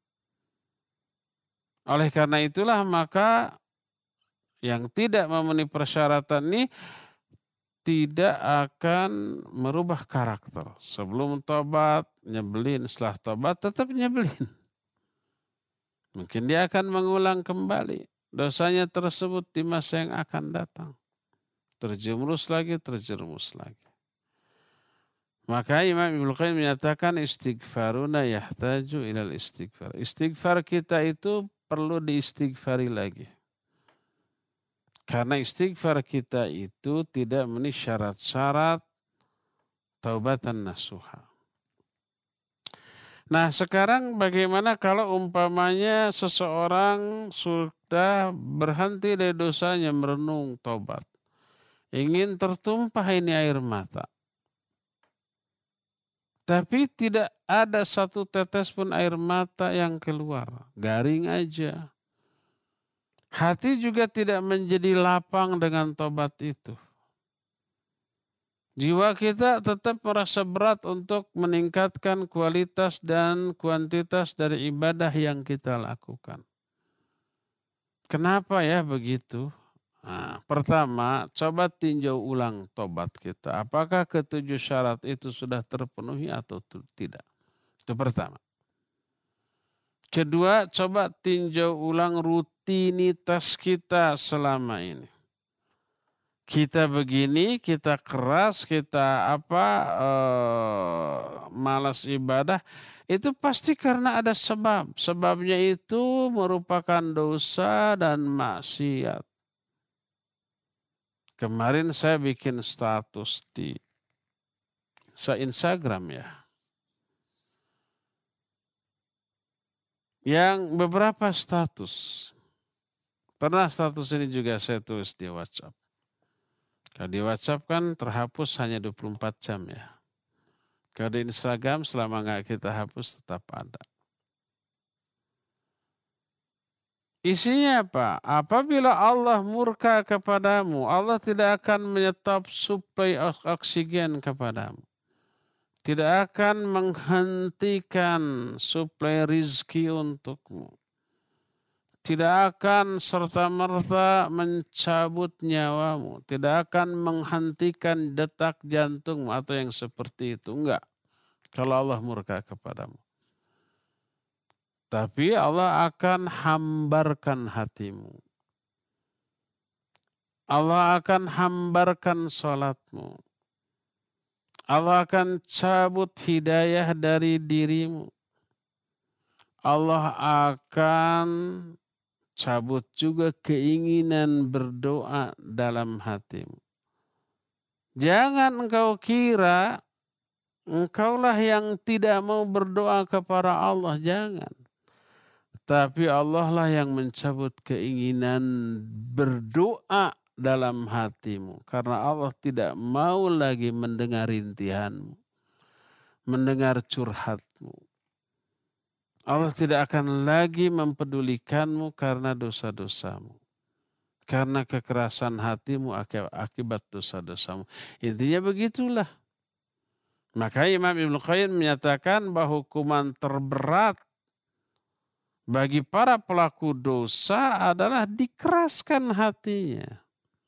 Oleh karena itulah maka yang tidak memenuhi persyaratan ini tidak akan merubah karakter. Sebelum tobat, nyebelin. Setelah tobat, tetap nyebelin. Mungkin dia akan mengulang kembali dosanya tersebut di masa yang akan datang. Terjerumus lagi, terjerumus lagi. Maka Imam Ibnu Qayyim menyatakan istighfaruna yahtaju ilal istighfar. Istighfar kita itu perlu diistighfari lagi. Karena istighfar kita itu tidak memenuhi syarat-syarat taubatan nasuha. Nah, sekarang bagaimana kalau umpamanya seseorang sudah berhenti dari dosanya, merenung taubat. Ingin tertumpah ini air mata. Tapi tidak ada satu tetes pun air mata yang keluar. Garing aja. Hati juga tidak menjadi lapang dengan tobat itu. Jiwa kita tetap merasa berat untuk meningkatkan kualitas dan kuantitas dari ibadah yang kita lakukan. Kenapa ya begitu? Nah, pertama, coba tinjau ulang tobat kita. Apakah ketujuh syarat itu sudah terpenuhi atau tidak? Itu pertama. Kedua, coba tinjau ulang rutinitas kita selama ini. Kita begini, kita keras, kita apa eh, malas ibadah, itu pasti karena ada sebab. Sebabnya itu merupakan dosa dan maksiat. Kemarin saya bikin status di se-Instagram ya. Yang beberapa status. Pernah status ini juga saya tulis di WhatsApp. Kalau di WhatsApp kan terhapus hanya dua puluh empat jam ya. Kalau di Instagram selama nggak kita hapus tetap ada. Isinya apa? Apabila Allah murka kepadamu, Allah tidak akan menyetop suplai oksigen kepadamu. Tidak akan menghentikan suplai rizki untukmu. Tidak akan serta-merta mencabut nyawamu. Tidak akan menghentikan detak jantungmu atau yang seperti itu. Enggak. Kalau Allah murka kepadamu. Tapi Allah akan hambarkan hatimu. Allah akan hambarkan sholatmu. Allah akan cabut hidayah dari dirimu. Allah akan cabut juga keinginan berdoa dalam hatimu. Jangan engkau kira engkaulah yang tidak mau berdoa kepada Allah. Jangan. Tapi Allah lah yang mencabut keinginan berdoa dalam hatimu. Karena Allah tidak mau lagi mendengar rintihanmu. Mendengar curhatmu. Allah tidak akan lagi mempedulikanmu karena dosa-dosamu. Karena kekerasan hatimu akibat dosa-dosamu. Intinya begitulah. Maka Imam Ibnu Qayyim menyatakan bahwa hukuman terberat bagi para pelaku dosa adalah dikeraskan hatinya.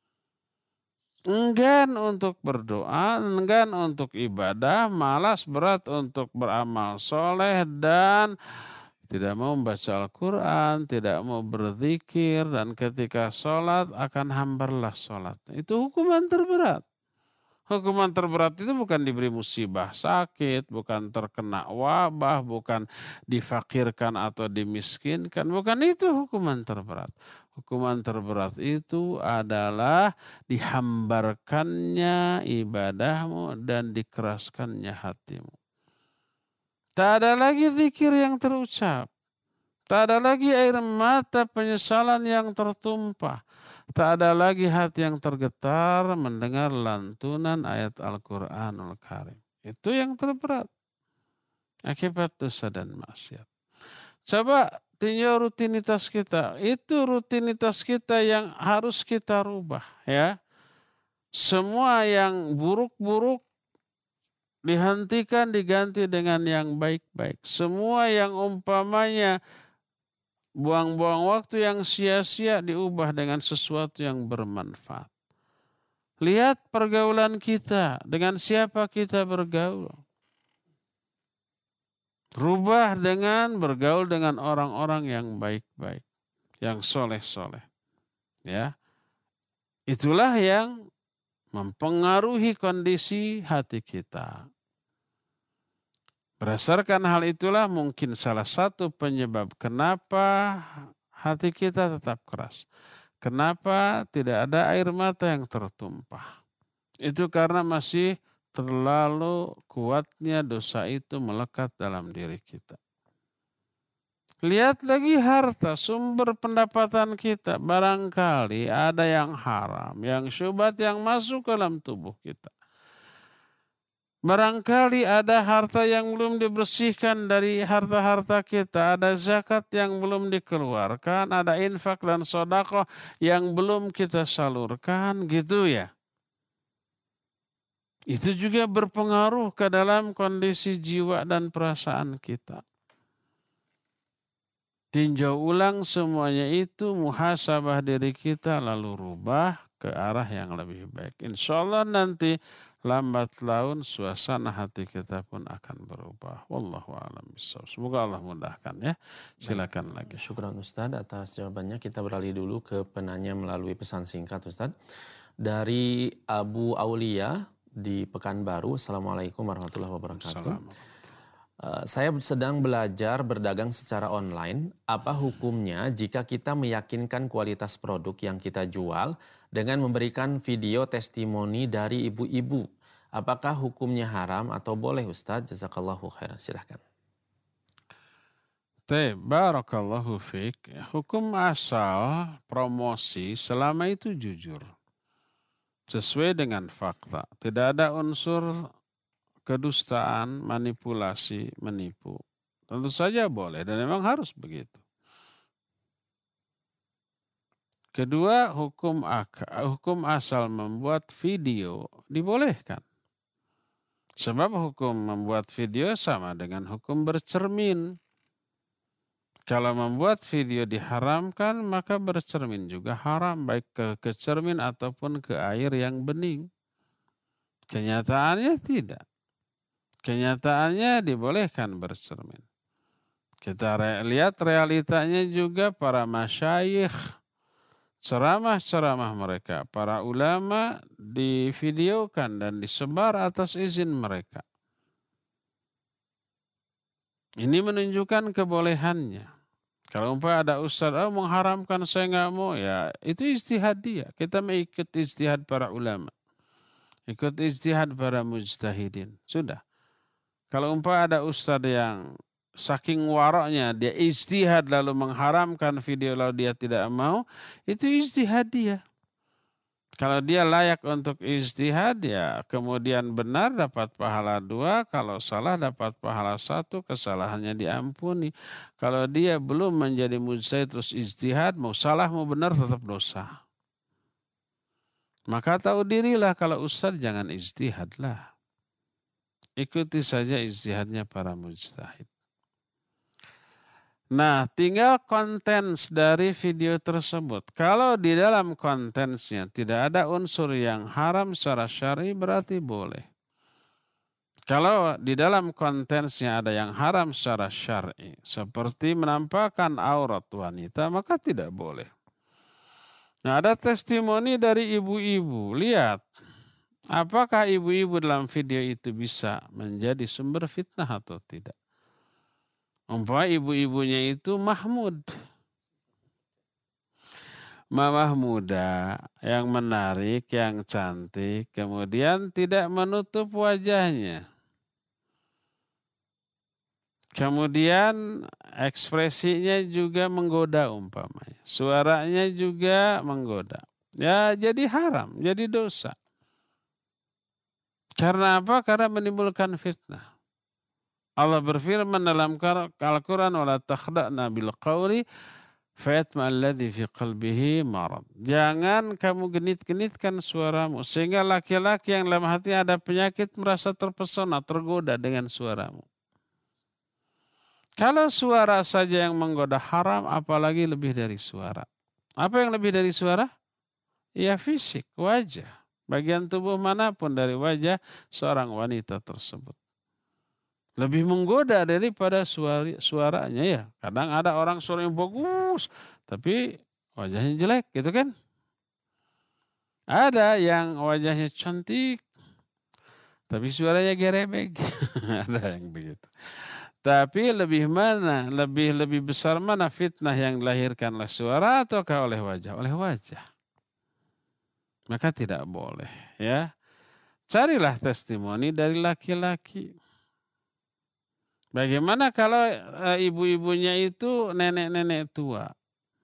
Enggan untuk berdoa, enggan untuk ibadah, malas berat untuk beramal soleh, dan tidak mau membaca Al-Quran, tidak mau berzikir, dan ketika sholat akan hambarlah sholat. Itu hukuman terberat. Hukuman terberat itu bukan diberi musibah sakit, bukan terkena wabah, bukan difakirkan atau dimiskinkan. Bukan itu hukuman terberat. Hukuman terberat itu adalah dihambarkannya ibadahmu dan dikeraskannya hatimu. Tak ada lagi zikir yang terucap. Tak ada lagi air mata penyesalan yang tertumpah. Tak ada lagi hati yang tergetar mendengar lantunan ayat Al-Quranul Karim. Itu yang terberat. Akibat dosa dan maksiat. Coba tinjau rutinitas kita. Itu rutinitas kita yang harus kita rubah. Ya. Semua yang buruk-buruk dihentikan, diganti dengan yang baik-baik. Semua yang umpamanya buang-buang waktu yang sia-sia diubah dengan sesuatu yang bermanfaat. Lihat pergaulan kita, dengan siapa kita bergaul. Rubah dengan bergaul dengan orang-orang yang baik-baik, yang soleh-soleh. Ya, itulah yang mempengaruhi kondisi hati kita. Berdasarkan hal itulah mungkin salah satu penyebab kenapa hati kita tetap keras. Kenapa tidak ada air mata yang tertumpah. Itu karena masih terlalu kuatnya dosa itu melekat dalam diri kita. Lihat lagi harta, sumber pendapatan kita. Barangkali ada yang haram, yang syubhat yang masuk ke dalam tubuh kita. Barangkali ada harta yang belum dibersihkan dari harta-harta kita. Ada zakat yang belum dikeluarkan. Ada infak dan sedekah yang belum kita salurkan. Gitu ya. Itu juga berpengaruh ke dalam kondisi jiwa dan perasaan kita. Tinjau ulang semuanya itu, muhasabah diri kita, lalu rubah ke arah yang lebih baik. Insya Allah nanti lambat laun suasana hati kita pun akan berubah. Wallahu a'lam bishawab. Semoga Allah mudahkan ya. Silakan lagi. Syukran Ustadz atas jawabannya. Kita beralih dulu ke penanya melalui pesan singkat Ustadz. Dari Abu Aulia di Pekanbaru. Assalamualaikum warahmatullahi wabarakatuh. Uh, saya sedang belajar berdagang secara online. Apa hukumnya jika kita meyakinkan kualitas produk yang kita jual dengan memberikan video testimoni dari ibu-ibu apakah hukumnya haram atau boleh Ustadz? Jazakallahu khairan. Silahkan. Teh, barakallahu fiik. Hukum asal promosi selama itu jujur. Sesuai dengan fakta. Tidak ada unsur kedustaan, manipulasi, menipu. Tentu saja boleh dan memang harus begitu. Kedua, hukum ak- hukum asal membuat video dibolehkan. Sebab hukum membuat video sama dengan hukum bercermin. Kalau membuat video diharamkan, maka bercermin juga haram, baik ke, ke cermin ataupun ke air yang bening. Kenyataannya tidak. Kenyataannya dibolehkan bercermin. Kita re- lihat realitanya juga para masyayikh, ceramah-ceramah mereka, para ulama divideokan dan disebar atas izin mereka. Ini menunjukkan kebolehannya. Kalau umpah ada ustaz oh, mengharamkan saya nggak mau, ya itu ijtihad dia. Kita mengikut ijtihad para ulama. Ikut ijtihad para mujtahidin. Sudah. Kalau umpah ada ustaz yang saking waraknya dia ijtihad lalu mengharamkan video lalu dia tidak mau, itu ijtihad dia. Kalau dia layak untuk ijtihad, ya kemudian benar dapat pahala dua, kalau salah dapat pahala satu, kesalahannya diampuni. Kalau dia belum menjadi mujtahid terus ijtihad, mau salah mau benar tetap dosa. Maka tahu dirilah kalau ustaz jangan ijtihadlah. Ikuti saja ijtihadnya para mujtahid. Nah, tinggal konten dari video tersebut. Kalau di dalam kontennya tidak ada unsur yang haram secara syar'i berarti boleh. Kalau di dalam kontennya ada yang haram secara syar'i, seperti menampakkan aurat wanita, maka tidak boleh. Nah, ada testimoni dari ibu-ibu. Lihat, apakah ibu-ibu dalam video itu bisa menjadi sumber fitnah atau tidak. Umpama ibu-ibunya itu Mahmud. Mamah muda yang menarik, yang cantik, kemudian tidak menutup wajahnya. Kemudian ekspresinya juga menggoda umpamanya. Suaranya juga menggoda. Ya jadi haram, jadi dosa. Karena apa? Karena menimbulkan fitnah. Allah berfirman dalam Al-Quran, وَلَا تَخْدَأْنَا بِالْقَوْلِ فَيَطْمَعَ الَّذِي فِي قَلْبِهِ مَرَضٌ. Jangan kamu genit-genitkan suaramu sehingga laki-laki yang dalam hatinya ada penyakit merasa terpesona, tergoda dengan suaramu. Kalau suara saja yang menggoda haram, apalagi lebih dari suara. Apa yang lebih dari suara? Ya fisik, wajah. Bagian tubuh manapun dari wajah seorang wanita tersebut. Lebih menggoda daripada suara, suaranya ya. Kadang ada orang suara yang bagus, tapi wajahnya jelek gitu kan. Ada yang wajahnya cantik, tapi suaranya gerebek. Ada yang begitu. Tapi lebih mana, lebih lebih besar mana fitnah yang dilahirkan oleh suara ataukah oleh wajah? Oleh wajah. Maka tidak boleh ya. Carilah testimoni dari laki-laki. Bagaimana kalau e, ibu-ibunya itu nenek-nenek tua?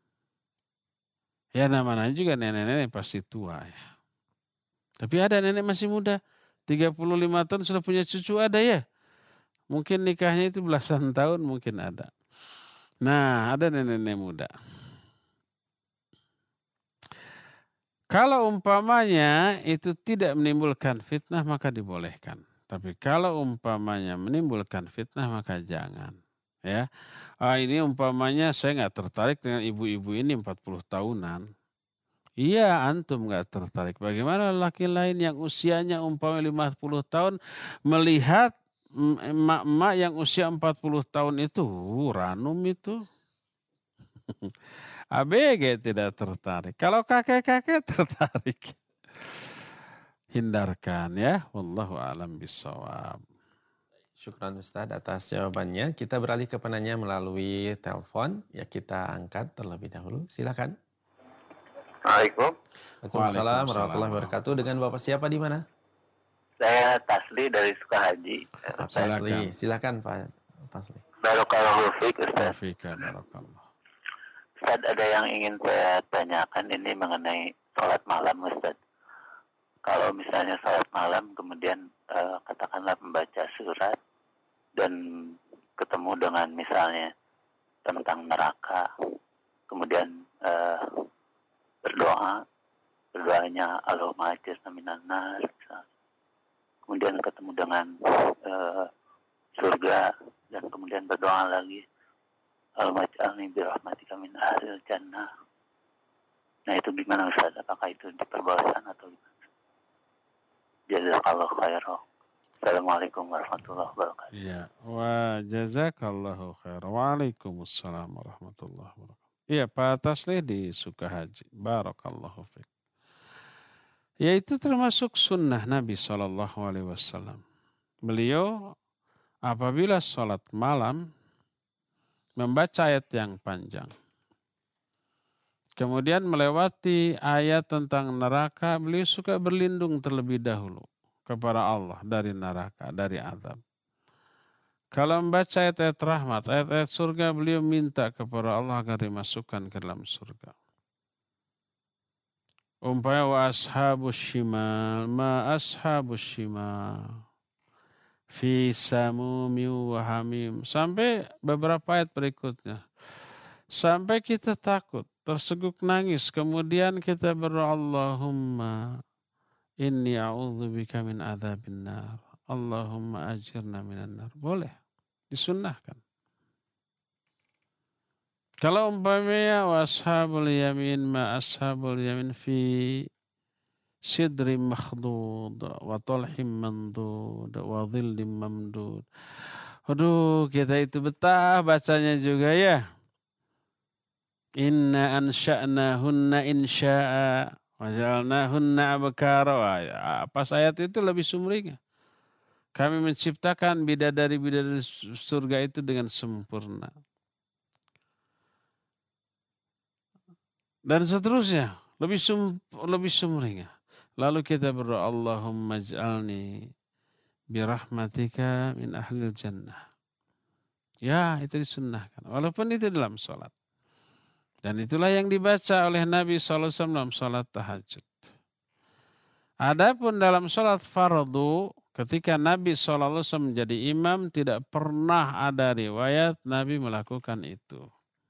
Ya namanya juga nenek-nenek pasti tua ya. Tapi ada nenek masih muda. tiga puluh lima tahun sudah punya cucu ada ya. Mungkin nikahnya itu belasan tahun mungkin ada. Nah ada nenek-nenek muda. Kalau umpamanya itu tidak menimbulkan fitnah maka dibolehkan. Tapi kalau umpamanya menimbulkan fitnah maka jangan. Ya, ah, ini umpamanya saya nggak tertarik dengan ibu-ibu ini empat puluh tahunan. Iya, antum nggak tertarik. Bagaimana laki lain yang usianya umpamanya lima puluh tahun melihat emak-emak yang usia empat puluh tahun itu, uh, ranum itu. A B G tidak tertarik. Kalau kakek-kakek tertarik. Hindarkan ya. Wallahu a'lam bishawab. Syukran Ustadz atas jawabannya. Kita beralih ke penanya melalui telepon. Ya kita angkat terlebih dahulu. Silakan. Assalamualaikum. Waalaikumsalam warahmatullahi wabarakatuh. Dengan Bapak siapa di mana? Saya Tasli dari Sukahaji. Pak Silakan. Tasli, silakan Pak Tasli. Barakallahu fiik Ustaz. Wafika barakallah. Ustaz, ada yang ingin saya tanyakan ini mengenai sholat malam Ustaz. Kalau misalnya sholat malam kemudian uh, katakanlah membaca surat dan ketemu dengan misalnya tentang neraka, kemudian uh, berdoa, berdoanya Allahumma ajirna minan nar, kemudian ketemu dengan uh, surga dan kemudian berdoa lagi Allahumma ij'alni bi rahmatika min ahlil jannah. Nah itu gimana Ustaz? Apakah itu diperbolehkan atau gimana? Jazakallahu khairan. Assalamualaikum warahmatullahi wabarakatuh. Ya, wa jazakallahu khairan. Waalaikumsalam warahmatullahi wabarakatuh. Iya, Pak Tasli di Sukahaji. Barakallahu fiik. Ya, itu termasuk sunnah Nabi shallallahu alaihi wasallam. Beliau apabila sholat malam membaca ayat yang panjang. Kemudian melewati ayat tentang neraka, beliau suka berlindung terlebih dahulu kepada Allah dari neraka, dari azab. Kalau membaca ayat-ayat rahmat, ayat-ayat surga, beliau minta kepada Allah agar dimasukkan ke dalam surga. Umpaya wa ashabus shimal, ma ashabus shimal, fi samumi wa hamim. Sampai beberapa ayat berikutnya. Sampai kita takut, terseguk nangis. Kemudian kita berdoa, Allahumma inni a'udzubika min adzabin nar. Allahumma ajirna minan nar. Boleh, disunnahkan. Kalau umpamanya wa ashabul yamin ma ashabul yamin fi sidrim makhdud wa talhim mandud wa dhillim mamdud. Aduh, kita itu betah bacanya juga ya. Inna ansha'nahunna insya'a wa ja'alnahunna abkara. Pas ayat itu lebih sumringah. Kami menciptakan bidadari-bidadari surga itu dengan sempurna. Dan seterusnya, lebih sum, lebih sumringah. Lalu kita berdoa, Allahumma ij'alni birahmatika min ahlil jannah. Ya, itu disunnahkan. Walaupun itu dalam sholat. Dan itulah yang dibaca oleh Nabi shallallahu alaihi wasallam dalam sholat tahajud. Adapun dalam sholat fardu, ketika Nabi shallallahu alaihi wasallam menjadi imam, tidak pernah ada riwayat Nabi melakukan itu.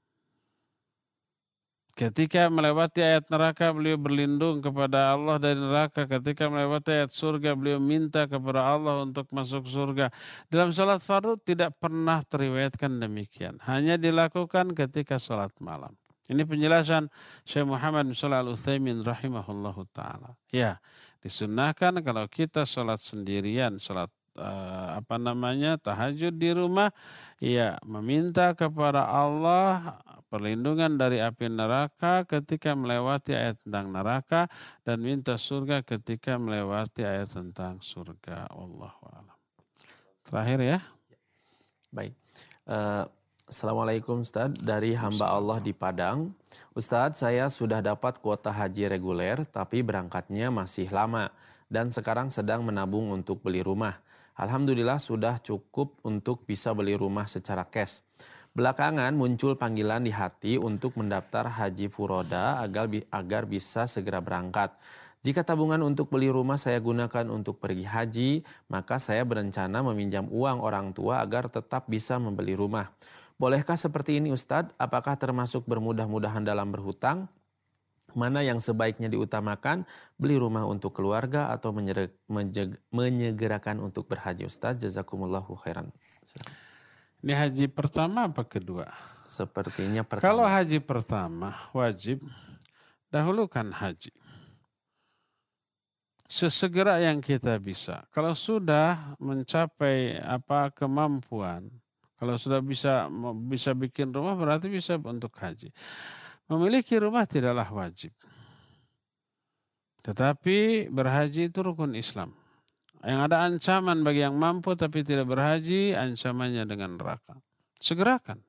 Ketika melewati ayat neraka, beliau berlindung kepada Allah dari neraka. Ketika melewati ayat surga, beliau minta kepada Allah untuk masuk surga. Dalam sholat fardu tidak pernah teriwayatkan demikian. Hanya dilakukan ketika sholat malam. Ini penjelasan Syekh Muhammad bin Shalih Al-Utsaimin rahimahullahu ta'ala. Ya, disunnahkan kalau kita sholat sendirian, sholat uh, apa namanya, tahajud di rumah, ya meminta kepada Allah perlindungan dari api neraka ketika melewati ayat tentang neraka dan minta surga ketika melewati ayat tentang surga. Wallahu a'lam. Terakhir ya. Baik. Uh, Assalamualaikum Ustaz, dari hamba Allah di Padang. Ustaz, saya sudah dapat kuota haji reguler tapi berangkatnya masih lama dan sekarang sedang menabung untuk beli rumah. Alhamdulillah sudah cukup untuk bisa beli rumah secara cash. Belakangan muncul panggilan di hati untuk mendaftar haji furoda agar, agar bisa segera berangkat. Jika tabungan untuk beli rumah saya gunakan untuk pergi haji, maka saya berencana meminjam uang orang tua agar tetap bisa membeli rumah. Bolehkah seperti ini Ustadz? Apakah termasuk bermudah-mudahan dalam berhutang? Mana yang sebaiknya diutamakan? Beli rumah untuk keluarga atau menyegerakan untuk berhaji Ustadz? Jazakumullahu khairan. Ini haji pertama apa kedua? Sepertinya pertama. Kalau haji pertama wajib dahulukan haji. Sesegera yang kita bisa. Kalau sudah mencapai apa kemampuan, kalau sudah bisa bisa bikin rumah berarti bisa untuk haji. Memiliki rumah tidaklah wajib. Tetapi berhaji itu rukun Islam. Yang ada ancaman bagi yang mampu tapi tidak berhaji, ancamannya dengan neraka. Segerakan.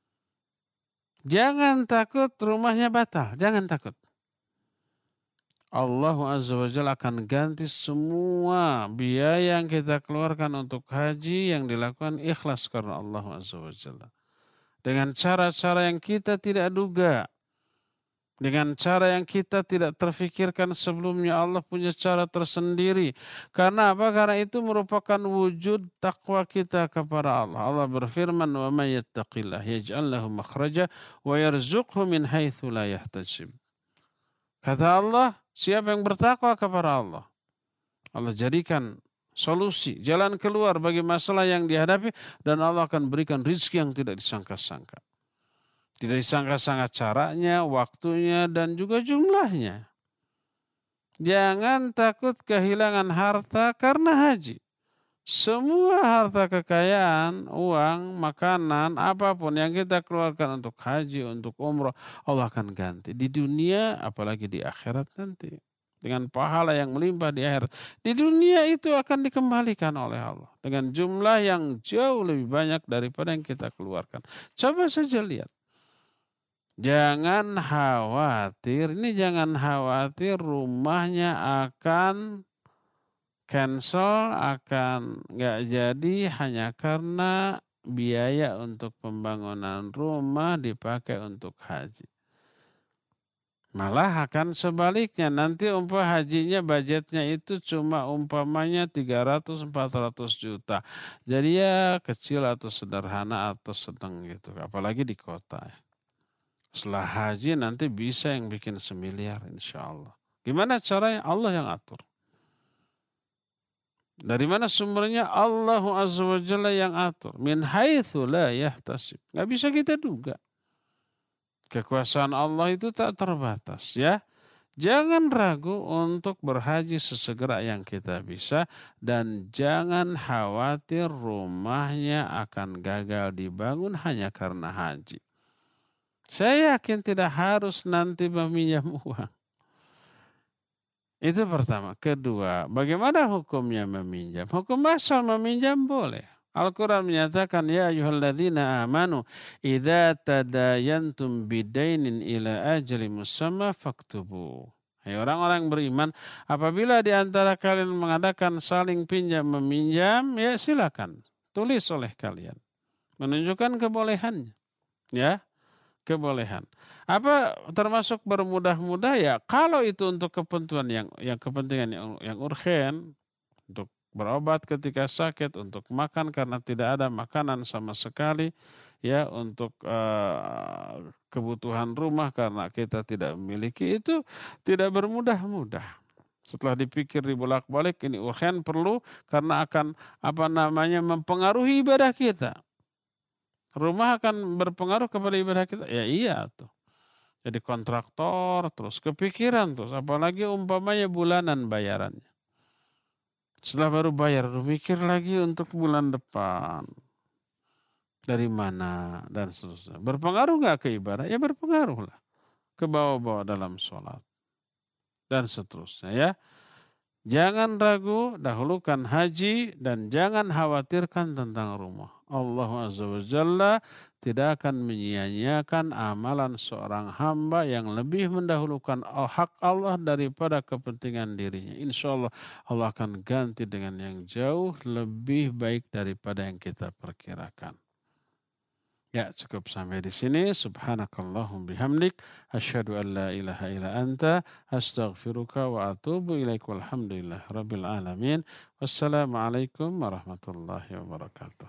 Jangan takut rumahnya batal, jangan takut. Allah Azza wa Jalla akan ganti semua biaya yang kita keluarkan untuk haji yang dilakukan ikhlas karena Allah Azza wa Jalla. Dengan cara-cara yang kita tidak duga. Dengan cara yang kita tidak terfikirkan sebelumnya. Allah punya cara tersendiri. Karena apa? Karena itu merupakan wujud takwa kita kepada Allah. Allah berfirman, "Wa may yattaqillah yaj'al lahu makhraja wa yarzuqhu min haitsu la yahtasib." Kata Allah, siapa yang bertakwa kepada Allah, Allah jadikan solusi, jalan keluar bagi masalah yang dihadapi, dan Allah akan berikan rizki yang tidak disangka-sangka. Tidak disangka-sangka caranya, waktunya, dan juga jumlahnya. Jangan takut kehilangan harta karena haji. Semua harta kekayaan, uang, makanan, apapun yang kita keluarkan untuk haji, untuk umroh, Allah akan ganti. Di dunia, apalagi di akhirat nanti. Dengan pahala yang melimpah di akhirat. Di dunia itu akan dikembalikan oleh Allah. Dengan jumlah yang jauh lebih banyak daripada yang kita keluarkan. Coba saja lihat. Jangan khawatir, ini jangan khawatir rumahnya akan cancel, akan nggak jadi hanya karena biaya untuk pembangunan rumah dipakai untuk haji. Malah akan sebaliknya, nanti umpah hajinya budgetnya itu cuma umpamanya tiga ratus sampai empat ratus juta. Jadi ya kecil atau sederhana atau sedang gitu, apalagi di kota. Setelah haji nanti bisa yang bikin semiliar insya Allah. Gimana caranya? Allah yang atur. Dari mana sumbernya? Allah Azza wa Jalla yang atur. Min haitsu la yahtasib. Nggak bisa kita duga. Kekuasaan Allah itu tak terbatas ya. Jangan ragu untuk berhaji sesegera yang kita bisa. Dan jangan khawatir rumahnya akan gagal dibangun hanya karena haji. Saya yakin tidak harus nanti meminjam uang. Itu pertama. Kedua, bagaimana hukumnya meminjam? Hukum asal meminjam boleh. Al-Quran menyatakan, ya ayyuhalladzina amanu, idza tadayantum bidainin ila ajli musamma faktubu. Hai orang-orang beriman, apabila di antara kalian mengadakan saling pinjam meminjam, ya silakan. Tulis oleh kalian. Menunjukkan kebolehannya. Ya, kebolehan. Apa termasuk bermudah-mudah ya? Kalau itu untuk kepentingan yang yang kepentingan yang, yang urgen, untuk berobat ketika sakit, untuk makan karena tidak ada makanan sama sekali, ya untuk uh, kebutuhan rumah karena kita tidak memiliki, itu tidak bermudah-mudah. Setelah dipikir dibolak-balik, ini urgen perlu karena akan apa namanya mempengaruhi ibadah kita. Rumah akan berpengaruh kepada ibadah kita. Ya iya tuh. Jadi kontraktor terus kepikiran terus. Apalagi umpamanya bulanan bayarannya. Setelah baru bayar, mikir lagi untuk bulan depan. Dari mana dan seterusnya. Berpengaruh nggak ke ibadah? Ya berpengaruh lah. Ke bawah-bawah dalam sholat. Dan seterusnya ya. Jangan ragu, dahulukan haji dan jangan khawatirkan tentang rumah. Allah Azza wa Jalla tidak akan menyia-nyiakan amalan seorang hamba yang lebih mendahulukan hak Allah daripada kepentingan dirinya. Insya Allah Allah akan ganti dengan yang jauh lebih baik daripada yang kita perkirakan. Ya, cukup sampai di sini. Subhanakallahum bihamdik. Asyhadu an la ilaha illa anta. Astaghfiruka wa atubu ilaik. Walhamdulillah rabbil alamin. Wassalamualaikum warahmatullahi wabarakatuh.